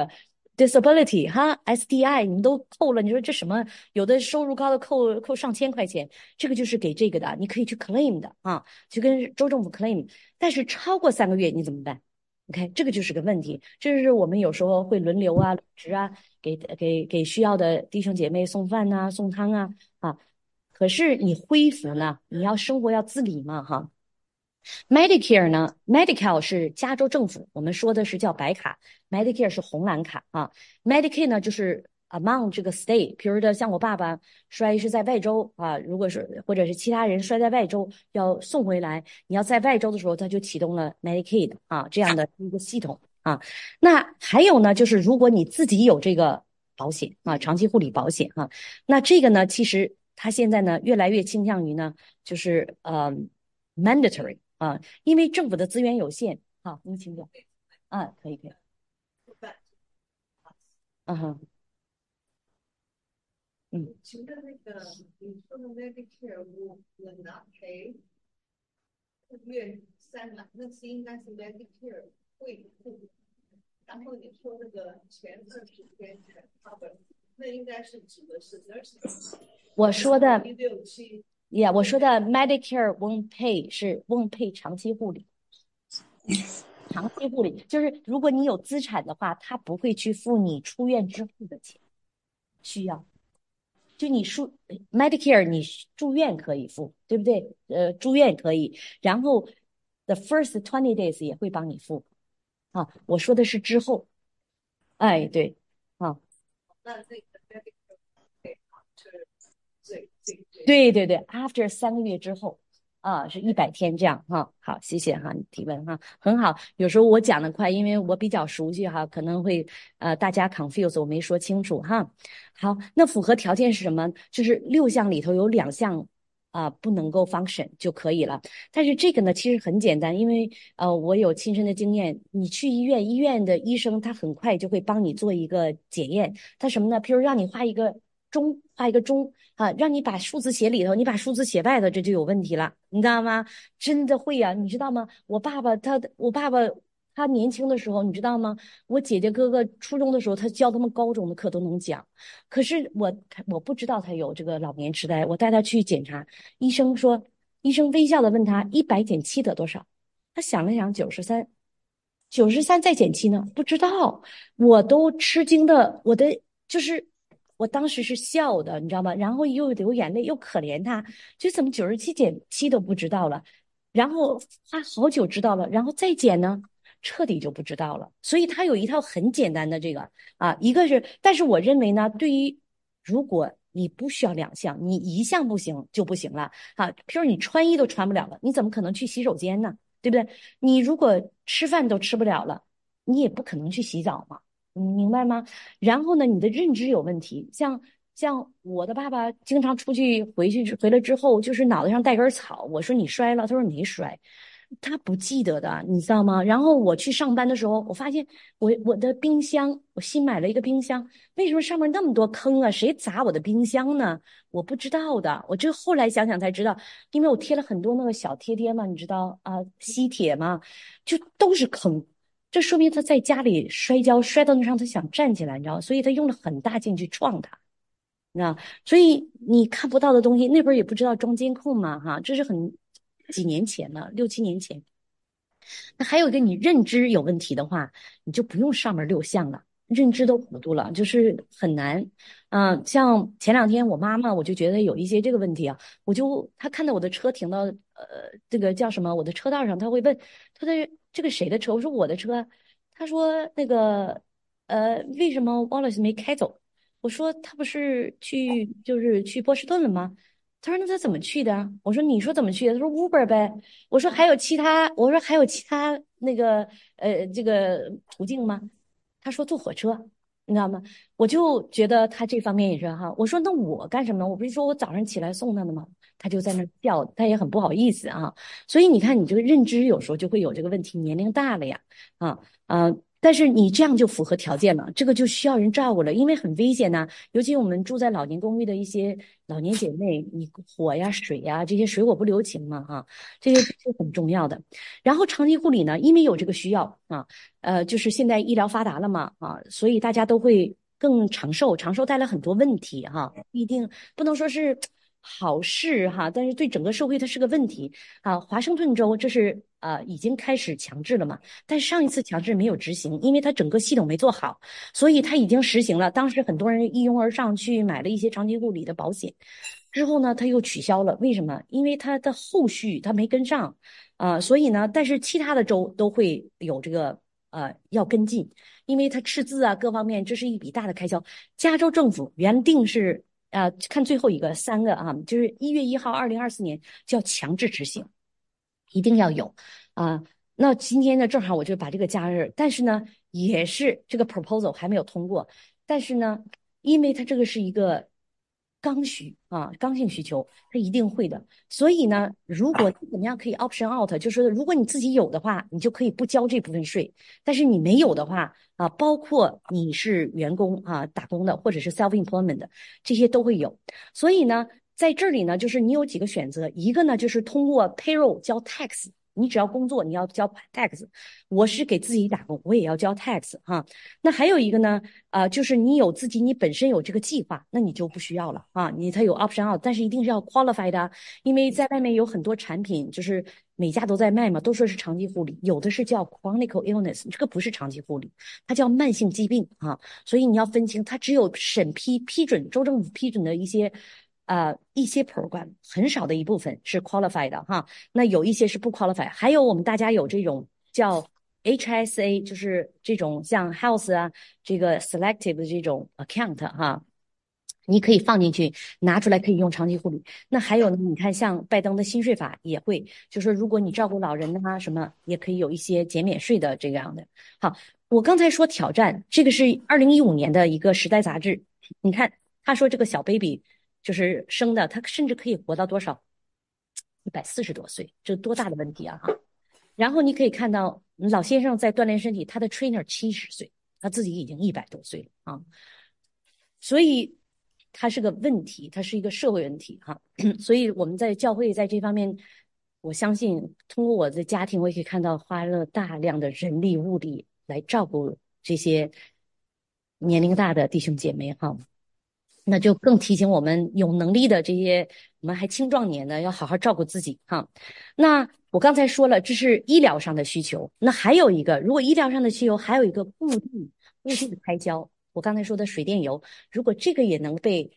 S1: disability 哈 SDI，你们都扣了，你说这什么？有的收入高的扣上千块钱，这个就是给这个的，你可以去 claim 的啊，去跟州政府 claim。但是超过3个月你怎么办？OK，这个就是个问题，这是我们有时候会轮流啊、轮值啊，给需要的弟兄姐妹送饭呐、送汤啊。可是你恢复呢，你要生活要自理嘛哈。Medicare 呢，Medical 是加州政府，我们说的是叫白卡，Medicare 是红蓝卡啊。Medicaid 呢就是 among 这个 state，比如说像我爸爸摔是在外州啊，如果是或者是其他人摔在外州要送回来，你要在外州的时候，他就启动了 Medicaid 啊这样的一个系统啊。那还有呢，就是如果你自己有这个保险啊，长期护理保险啊，那这个呢，其实它现在呢越来越倾向于呢，就是mandatory。啊，因为政府的资源有限。好，您请讲。啊，可以可以。嗯哼，嗯，
S2: 请问那个你说的 Medicare will not pay 月3嘛？那是应该是 Medicare 会付，然后你说那个前20天全 cover，那应该是指的是 nursing。
S1: 我说的
S2: 167。
S1: 我说的 Medicare won't pay 是 won't pay 长期护理。长期护理就是如果你有资产的话，他不会去付你出院之后的钱，需要。就你Medicare 你住院可以付，对不对？住院可以，然后 the first 20 days 也会帮你付。啊，我说的是之后。哎，对。啊，
S2: 那那个 Medicare 对
S1: 对，after 3个月之后啊，是100天这样哈。好，谢谢哈，你提问哈，很好。有时候我讲的快，因为我比较熟悉哈，可能会大家 confuse，我没说清楚哈。好，那符合条件是什么？就是6项里头有2项不能够 function 就可以了。但是这个呢，其实很简单，因为我有亲身的经验。你去医院，医院的医生他很快就会帮你做一个检验。他什么呢？譬如让你画一个钟啊，让你把数字写里头，你把数字写外头，这就有问题了，你知道吗？真的会啊，你知道吗？我爸爸他年轻的时候，你知道吗？我姐姐哥哥初中的时候，他教他们高中的课都能讲。可是我不知道他有这个老年痴呆，我带他去检查，医生说，医生微笑的问他100减7得多少？他想了想，93再减七呢？不知道，我都吃惊的，就是我当时是笑的，你知道吗？然后又流眼泪，又可怜他，就怎么97减7都不知道了，然后他好久知道了，然后再减呢，彻底就不知道了。所以他有一套很简单的这个一个是，但是我认为呢，对于如果你不需要2项，你一项不行就不行了譬如你穿衣都穿不了了，你怎么可能去洗手间呢？对不对？你如果吃饭都吃不了了，你也不可能去洗澡嘛，你明白吗？然后呢，你的认知有问题，像我的爸爸经常出去回来之后，就是脑袋上带根草，我说你摔了，他说没摔，他不记得的，你知道吗？然后我去上班的时候，我发现我的冰箱，我新买了一个冰箱，为什么上面那么多坑啊？谁砸我的冰箱呢？我不知道的，我这后来想想才知道，因为我贴了很多那个小贴贴嘛，你知道吸铁嘛，就都是坑。这说明他在家里摔跤摔到那上，他想站起来，你知道，所以他用了很大劲去撞他。那所以你看不到的东西，那会儿也不知道装监控嘛，这是几年前了，6、7年前。那还有一个，你认知有问题的话，你就不用上面6项了，认知都糊涂了，就是很难。像前两天我妈妈，我就觉得有一些这个问题她看到我的车停到这个叫什么我的车道上，她会问，她的这个谁的车？我说我的车。她说那个为什么 Wallace 没开走？我说他不是就是去波士顿了吗？他说那他怎么去的？我说你说怎么去的？他说 Uber 呗。我说还有其他那个这个途径吗？他说坐火车，你知道吗？我就觉得他这方面也是哈。我说那我干什么？我不是说我早上起来送他的吗？他就在那笑，他也很不好意思啊。所以你看，你这个认知有时候就会有这个问题，年龄大了呀，啊但是你这样就符合条件了，这个就需要人照顾了，因为很危险呐、尤其我们住在老年公寓的一些老年姐妹，你火呀、水呀这些水火不留情嘛，这些是很重要的。然后长期护理呢，因为有这个需要就是现在医疗发达了嘛，所以大家都会更长寿，长寿带来很多问题不一定不能说是好事但是对整个社会它是个问题华盛顿州这是已经开始强制了嘛，但上一次强制没有执行，因为它整个系统没做好，所以它已经实行了。当时很多人一拥而上去买了一些长期护理的保险，之后呢，他又取消了。为什么？因为它的后续它没跟上所以呢，但是其他的州都会有这个要跟进，因为它赤字各方面这是一笔大的开销。加州政府原定是看最后一个3个就是1月1号2024年就要强制执行，一定要有啊。那今天呢，正好我就把这个加热，但是呢，也是这个 proposal 还没有通过，但是呢，因为它这个是一个刚性需求，它一定会的。所以呢，如果你怎么样可以 option out，就是说如果你自己有的话，你就可以不交这部分税；但是你没有的话包括你是员工打工的或者是 self employment 的，这些都会有。所以呢，在这里呢，就是你有几个选择，一个呢就是通过 payroll 交 tax。你只要工作，你要交 tax。我是给自己打工，我也要交 tax 那还有一个呢，就是你本身有这个计划，那你就不需要了它有 option out，但是一定是要 qualified 因为在外面有很多产品，就是每家都在卖嘛，都说是长期护理，有的是叫 chronic illness，这个不是长期护理，它叫慢性疾病所以你要分清，它只有批准州政府批准的一些 program， 很少的一部分是 qualified 的那有一些是不 qualified， 还有我们大家有这种叫 HSA， 就是这种像 health 这个 selective 的这种 account 你可以放进去，拿出来可以用长期护理。那还有呢，你看像拜登的新税法也会，就说如果你照顾老人什么，也可以有一些减免税的这样的。好，我刚才说挑战，这个是2015年的一个《时代》杂志，你看他说这个小 baby 就是生的，他甚至可以活到多少？140多岁，这多大的问题然后你可以看到老先生在锻炼身体，他的 trainer 70岁，他自己已经100多岁了所以它是个问题，它是一个社会问题所以我们在教会在这方面我相信通过我的家庭，我也可以看到花了大量的人力物力来照顾这些年龄大的弟兄姐妹哈。那就更提醒我们有能力的这些，我们还青壮年的，要好好照顾自己哈。那我刚才说了，这是医疗上的需求。那还有一个，如果医疗上的需求，还有一个固定的开销。我刚才说的水电油，如果这个也能被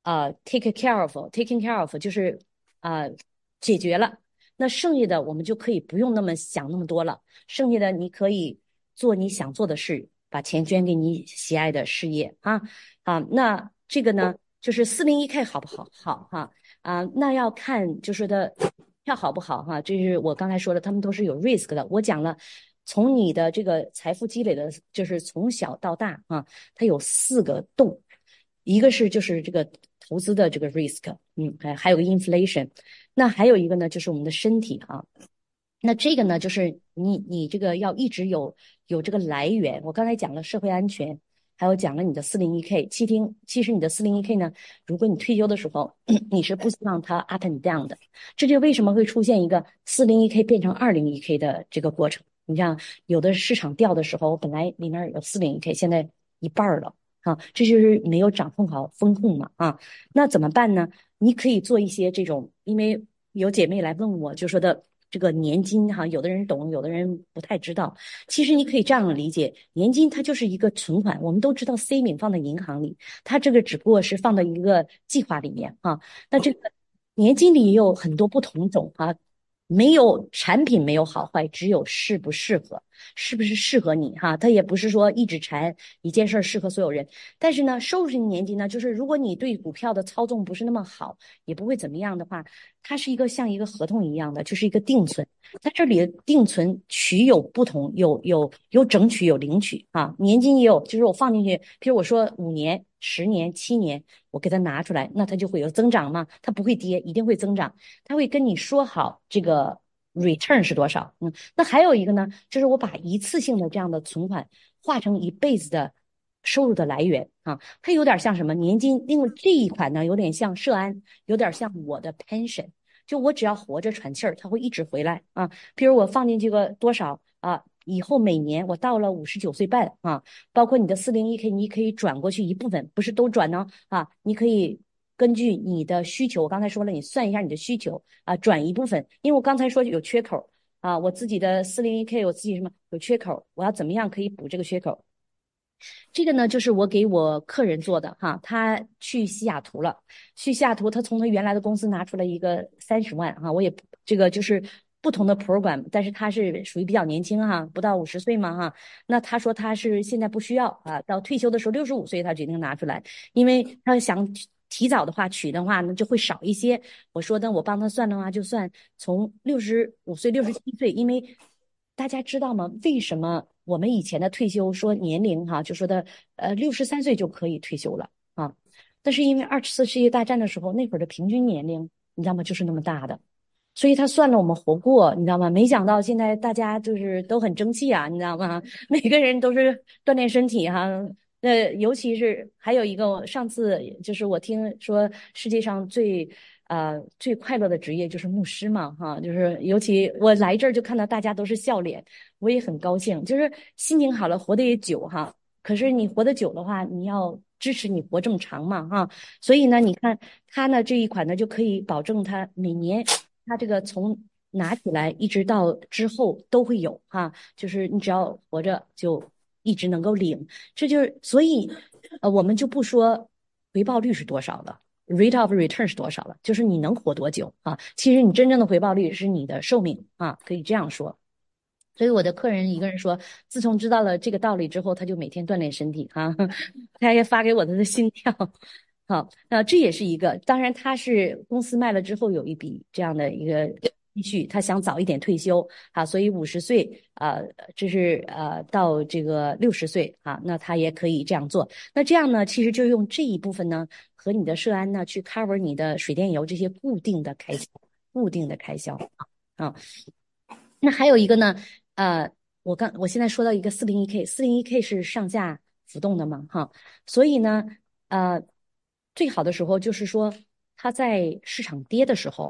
S1: taken care of，就是呃解决了，那剩下的我们就可以不用那么想那么多了。剩下的你可以做你想做的事，把钱捐给你喜爱的事业啊。那这个呢，就是401k 好不好？好哈那要看就是的票好不好哈。这是我刚才说的，他们都是有 risk 的。我讲了，从你的这个财富积累的，就是从小到大它有4个洞，一个是就是这个投资的这个 risk，还有个 inflation，那还有一个呢就是我们的身体那这个呢，就是你这个要一直有这个来源。我刚才讲了社会安全，还有讲了你的401k。其实你的401k呢，如果你退休的时候，你是不希望它 up and down 的。这就为什么会出现一个401k 变成201k 的这个过程。你像有的市场掉的时候，本来里面有401k，现在一半了这就是没有掌控好风控嘛那怎么办呢？你可以做一些这种，因为有姐妹来问我，就说的这个年金有的人懂，有的人不太知道。其实你可以这样理解，年金它就是一个存款，我们都知道 saving 放在银行里，它这个只不过是放到一个计划里面那这个年金里也有很多不同种没有产品没有好坏，只有适不适合，是不是适合你它也不是说一指禅一件事适合所有人。但是呢，收入型年金呢，就是如果你对股票的操纵不是那么好，也不会怎么样的话，它是一个像一个合同一样的，就是一个定存。在这里的定存取有不同，有整取有零取年金也有，就是我放进去，比如我说5年、10年、7年，我给它拿出来，那它就会有增长嘛，它不会跌，一定会增长。他会跟你说好这个 return 是多少。那还有一个呢，就是我把一次性的这样的存款化成一辈子的收入的来源它有点像什么年金，另外这一款呢有点像社安，有点像我的 pension，就我只要活着喘气儿，它会一直回来比如我放进去个多少以后每年我到了59岁半包括你的401k，你可以转过去一部分，不是都转呢你可以根据你的需求，我刚才说了，你算一下你的需求转一部分，因为我刚才说有缺口我自己的401k，我自己什么有缺口，我要怎么样可以补这个缺口？这个呢，就是我给我客人做的他去西雅图了，去西雅图，他从他原来的公司拿出了一个30万我也这个就是不同的 program，但是他是属于比较年轻不到50岁嘛那他说他是现在不需要到退休的时候65岁他决定拿出来，因为他想提早的话取的话呢就会少一些。我说的我帮他算的话，就算从65岁、67岁，因为大家知道吗？为什么我们以前的退休说年龄就说的63岁就可以退休了但是因为2次世界大战的时候，那会儿的平均年龄你知道吗？就是那么大的，所以他算了我们活过，你知道吗？没想到现在大家就是都很争气你知道吗？每个人都是锻炼身体尤其是还有一个，上次就是我听说世界上最快乐的职业就是牧师嘛就是尤其我来这儿就看到大家都是笑脸，我也很高兴，就是心情好了，活得也久可是你活得久的话，你要支持你活这么长嘛所以呢，你看他呢这一款呢就可以保证他每年他这个从拿起来一直到之后都会有就是你只要活着就一直能够领。这就是所以我们就不说回报率是多少了，rate of return 是多少了，就是你能活多久其实你真正的回报率是你的寿命可以这样说。所以我的客人一个人说，自从知道了这个道理之后，他就每天锻炼身体他也发给我他的心跳。好，那这也是一个，当然他是公司卖了之后有一笔这样的一个积蓄，他想早一点退休所以50岁这是到这个60岁那他也可以这样做。那这样呢，其实就用这一部分呢和你的社安呢去 cover 你的水电油这些固定的开销啊。那还有一个呢，我现在说到一个401k，401k 是上下浮动的嘛，所以呢，最好的时候就是说，它在市场跌的时候，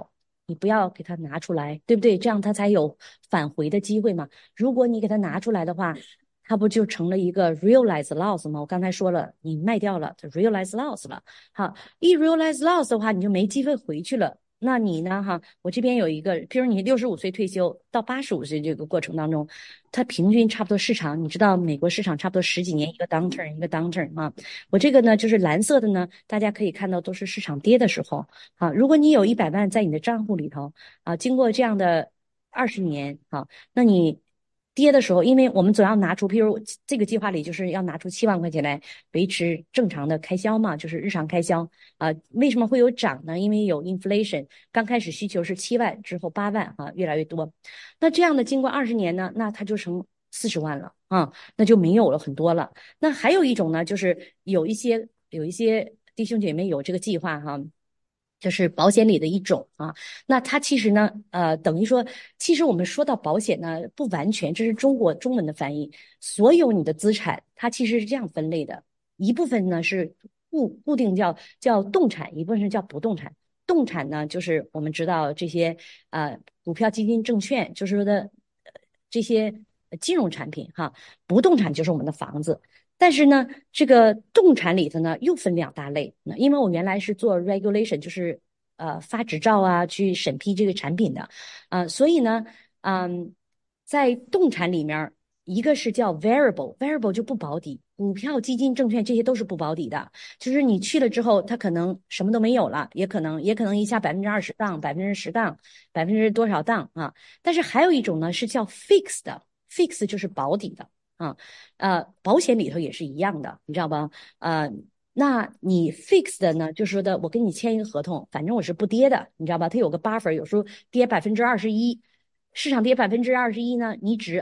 S1: 你不要给它拿出来，对不对？这样它才有返回的机会嘛。如果你给它拿出来的话，它不就成了一个 realize loss 吗？我刚才说了，你卖掉了 realize loss 了。好，一 realize loss 的话，你就没机会回去了。那你呢？哈，我这边有一个，譬如你65岁退休到85岁这个过程当中，它平均差不多市场，你知道美国市场差不多十几年一个 downturn 一个 downturn 啊。我这个呢就是蓝色的呢，大家可以看到都是市场跌的时候啊。如果你有100万在你的账户里头啊，经过这样的20年啊，那你跌的时候，因为我们总要拿出，譬如这个计划里就是要拿出7万块钱来维持正常的开销嘛，就是日常开销啊。为什么会有涨呢？因为有 inflation，刚开始需求是7万，之后8万啊，越来越多。那这样的经过20年呢，那它就成40万了啊，那就没有了很多了。那还有一种呢，就是有一些弟兄姐妹有这个计划哈。就是保险里的一种啊，那它其实呢，等于说，其实我们说到保险呢，不完全，这是中国中文的翻译。所有你的资产，它其实是这样分类的：一部分呢是固定叫动产，一部分是叫不动产。动产呢，就是我们知道这些股票、基金、证券，就是说的这些金融产品哈。不动产就是我们的房子。但是呢，这个动产里头呢又分2大类。因为我原来是做 regulation，就是发执照啊，去审批这个产品的，所以呢，在动产里面，一个是叫 variable，variable 就不保底，股票、基金、证券这些都是不保底的，就是你去了之后，它可能什么都没有了，也可能一下20%档、10%档、多少档啊。但是还有一种呢是叫 fixed 的，fix 就是保底的。啊，保险里头也是一样的，你知道吧？那你 fix 的呢，就是说的，我跟你签一个合同，反正我是不跌的，你知道吧？它有个 buffer，有时候跌21%，市场跌21%呢，你只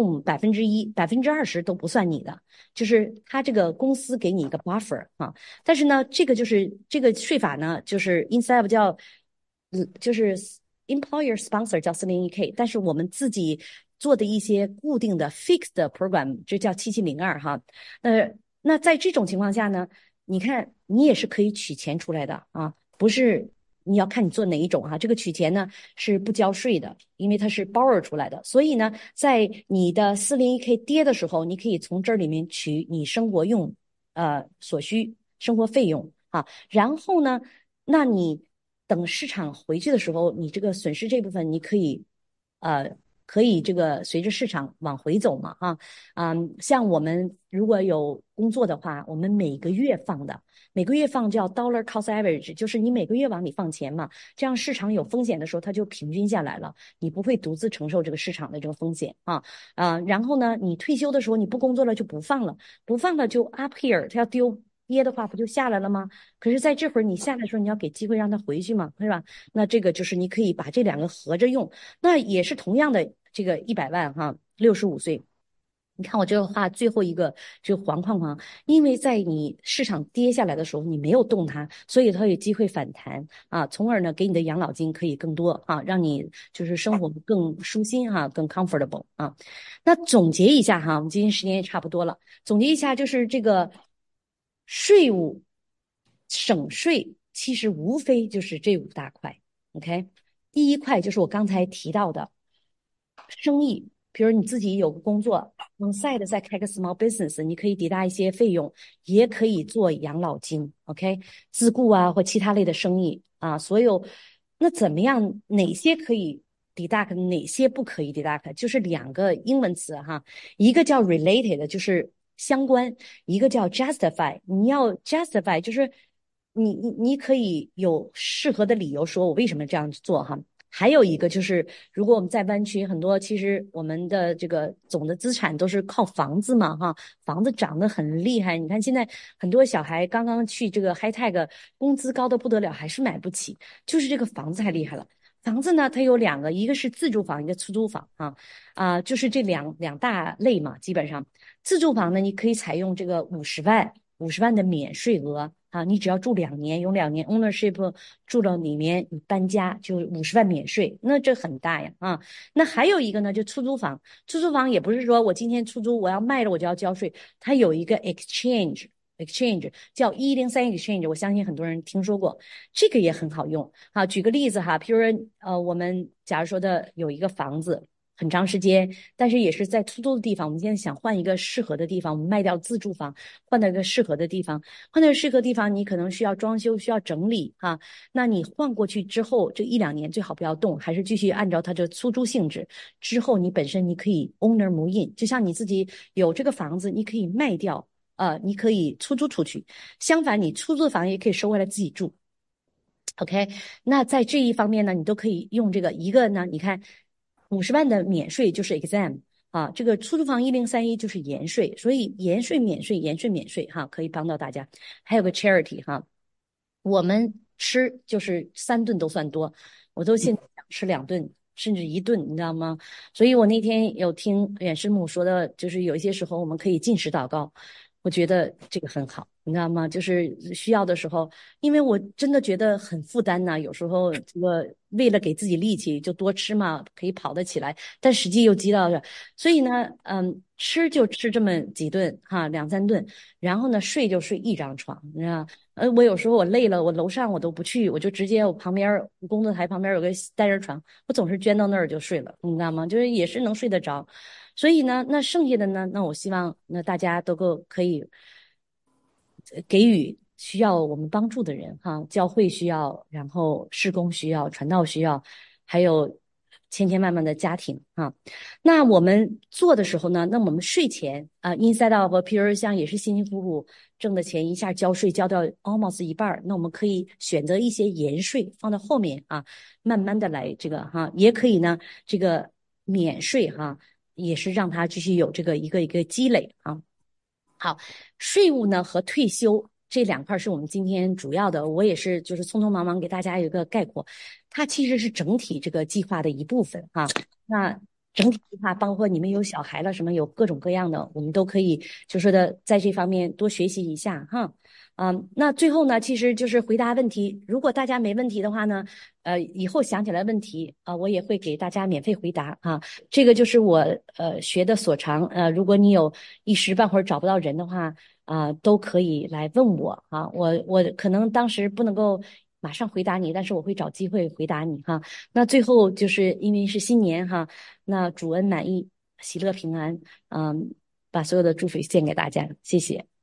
S1: assume1%，20%都不算你的，就是它这个公司给你一个 buffer 啊。但是呢，这个就是这个税法呢，就是 inside 叫，就是 employer sponsor 叫401k，但是我们自己做的一些固定的 fixed program，这叫7702哈。那在这种情况下呢，你看你也是可以取钱出来的啊，不是你要看你做哪一种哈。这个取钱呢是不交税的，因为它是 borrow 出来的，所以呢，在你的401k 跌的时候，你可以从这里面取你生活用所需生活费用啊。然后呢，那你等市场回去的时候，你这个损失这部分你可以这个随着市场往回走嘛啊。像我们如果有工作的话，我们每个月放的，每个月放叫 dollar cost average，就是你每个月往里放钱嘛，这样市场有风险的时候，它就平均下来了，你不会独自承受这个市场的这个风险啊。然后呢，你退休的时候你不工作了就不放了，不放了就 up here，它要跌的话不就下来了吗？可是在这会儿你下来的时候，你要给机会让它回去嘛，是吧？那这个就是你可以把这两个合着用，那也是同样的这个100万哈，65岁。你看我这个画最后一个这个黄框框，因为在你市场跌下来的时候，你没有动它，所以它有机会反弹啊，从而呢给你的养老金可以更多啊，让你就是生活更舒心哈，更 comfortable 啊。那总结一下哈，我们今天时间也差不多了，总结一下就是这个税务省税，其实无非就是这5大块。OK，第一块就是我刚才提到的生意，比如你自己有个工作，on-site 再开个 small business，你可以抵达一些费用，也可以做养老金。OK，自雇啊或其他类的生意啊，所有那怎么样？哪些可以 deduct，哪些不可以 deduct？就是2个英文词哈，一个叫 related，就是相关；一个叫 justify。你要 justify，就是你可以有适合的理由说我为什么这样做哈。还有一个就是，如果我们在湾区，很多其实我们的这个总的资产都是靠房子嘛，哈，房子涨得很厉害。你看现在很多小孩刚刚去这个 high tech，工资高的不得了，还是买不起，就是这个房子太厉害了。房子呢，它有2个，一个是自住房，一个出租房就是这两大类嘛。基本上，自住房呢，你可以采用这个50万的免税额。你只要住2年，有2年 ownership 住到里面，你搬家就50万免税，那这很大呀啊。那还有一个呢，就出租房，出租房也不是说我今天出租我要卖了我就要交税，它有一个 exchange Exchange，叫103 Exchange，我相信很多人听说过，这个也很好用啊。举个例子哈，譬如说我们假如说的有一个房子很长时间，但是也是在出租的地方，我们现在想换一个适合的地方，我们卖掉自住房，换到一个适合的地方，换到适合地方，你可能需要装修，需要整理哈。那你换过去之后，这1-2年最好不要动，还是继续按照它的出租性质。之后你本身你可以 owner move in，就像你自己有这个房子，你可以卖掉。你可以出租出去，相反，你出租的房也可以收回来自己住。OK，那在这一方面呢，你都可以用这个一个呢，你看50万的免税就是 exam 啊，这个出租房1031就是延税，所以延税免税，延税免税哈，可以帮到大家。还有个 charity 哈，我们吃就是3顿都算多，我都现在想吃2顿。甚至1顿，你知道吗？所以我那天有听远师母说的，就是有一些时候我们可以禁食祷告，我觉得这个很好，你知道吗？就是需要的时候，因为我真的觉得很负担呐，有时候这个为了给自己力气就多吃嘛，可以跑得起来，但实际又积到这，所以呢，吃就吃这么几顿哈，2-3顿，然后呢睡就睡一张床，你知道。我有时候我累了，我楼上我都不去，我就直接我旁边工作台旁边有个单人床，我总是捐到那儿就睡了，你知道吗？就是也是能睡得着。所以呢，那剩下的呢，那我希望那大家都可以给予需要我们帮助的人哈，教会需要，然后事工需要，传道需要，还有千千万万的家庭哈。那我们做的时候呢，那我们税前inside out 和 pure 像也是辛辛苦苦挣的钱，一下交税交掉 almost 一半，那我们可以选择一些延税放到后面啊，慢慢的来这个哈，也可以呢这个免税哈，也是让它继续有这个一个一个积累啊。好，税务呢和退休这2块是我们今天主要的，我也是就是匆匆忙忙给大家有一个概括，它其实是整体这个计划的一部分哈。那整体计划包括你们有小孩了什么，有各种各样的，我们都可以就说的在这方面多学习一下哈。那最后呢，其实就是回答问题。如果大家没问题的话呢，以后想起来问题我也会给大家免费回答啊。这个就是我学的所长。如果你有一时半会儿找不到人的话都可以来问我啊。我可能当时不能够马上回答你，但是我会找机会回答你哈。那最后就是因为是新年哈，那主恩满意，喜乐平安，把所有的祝福献给大家，谢谢。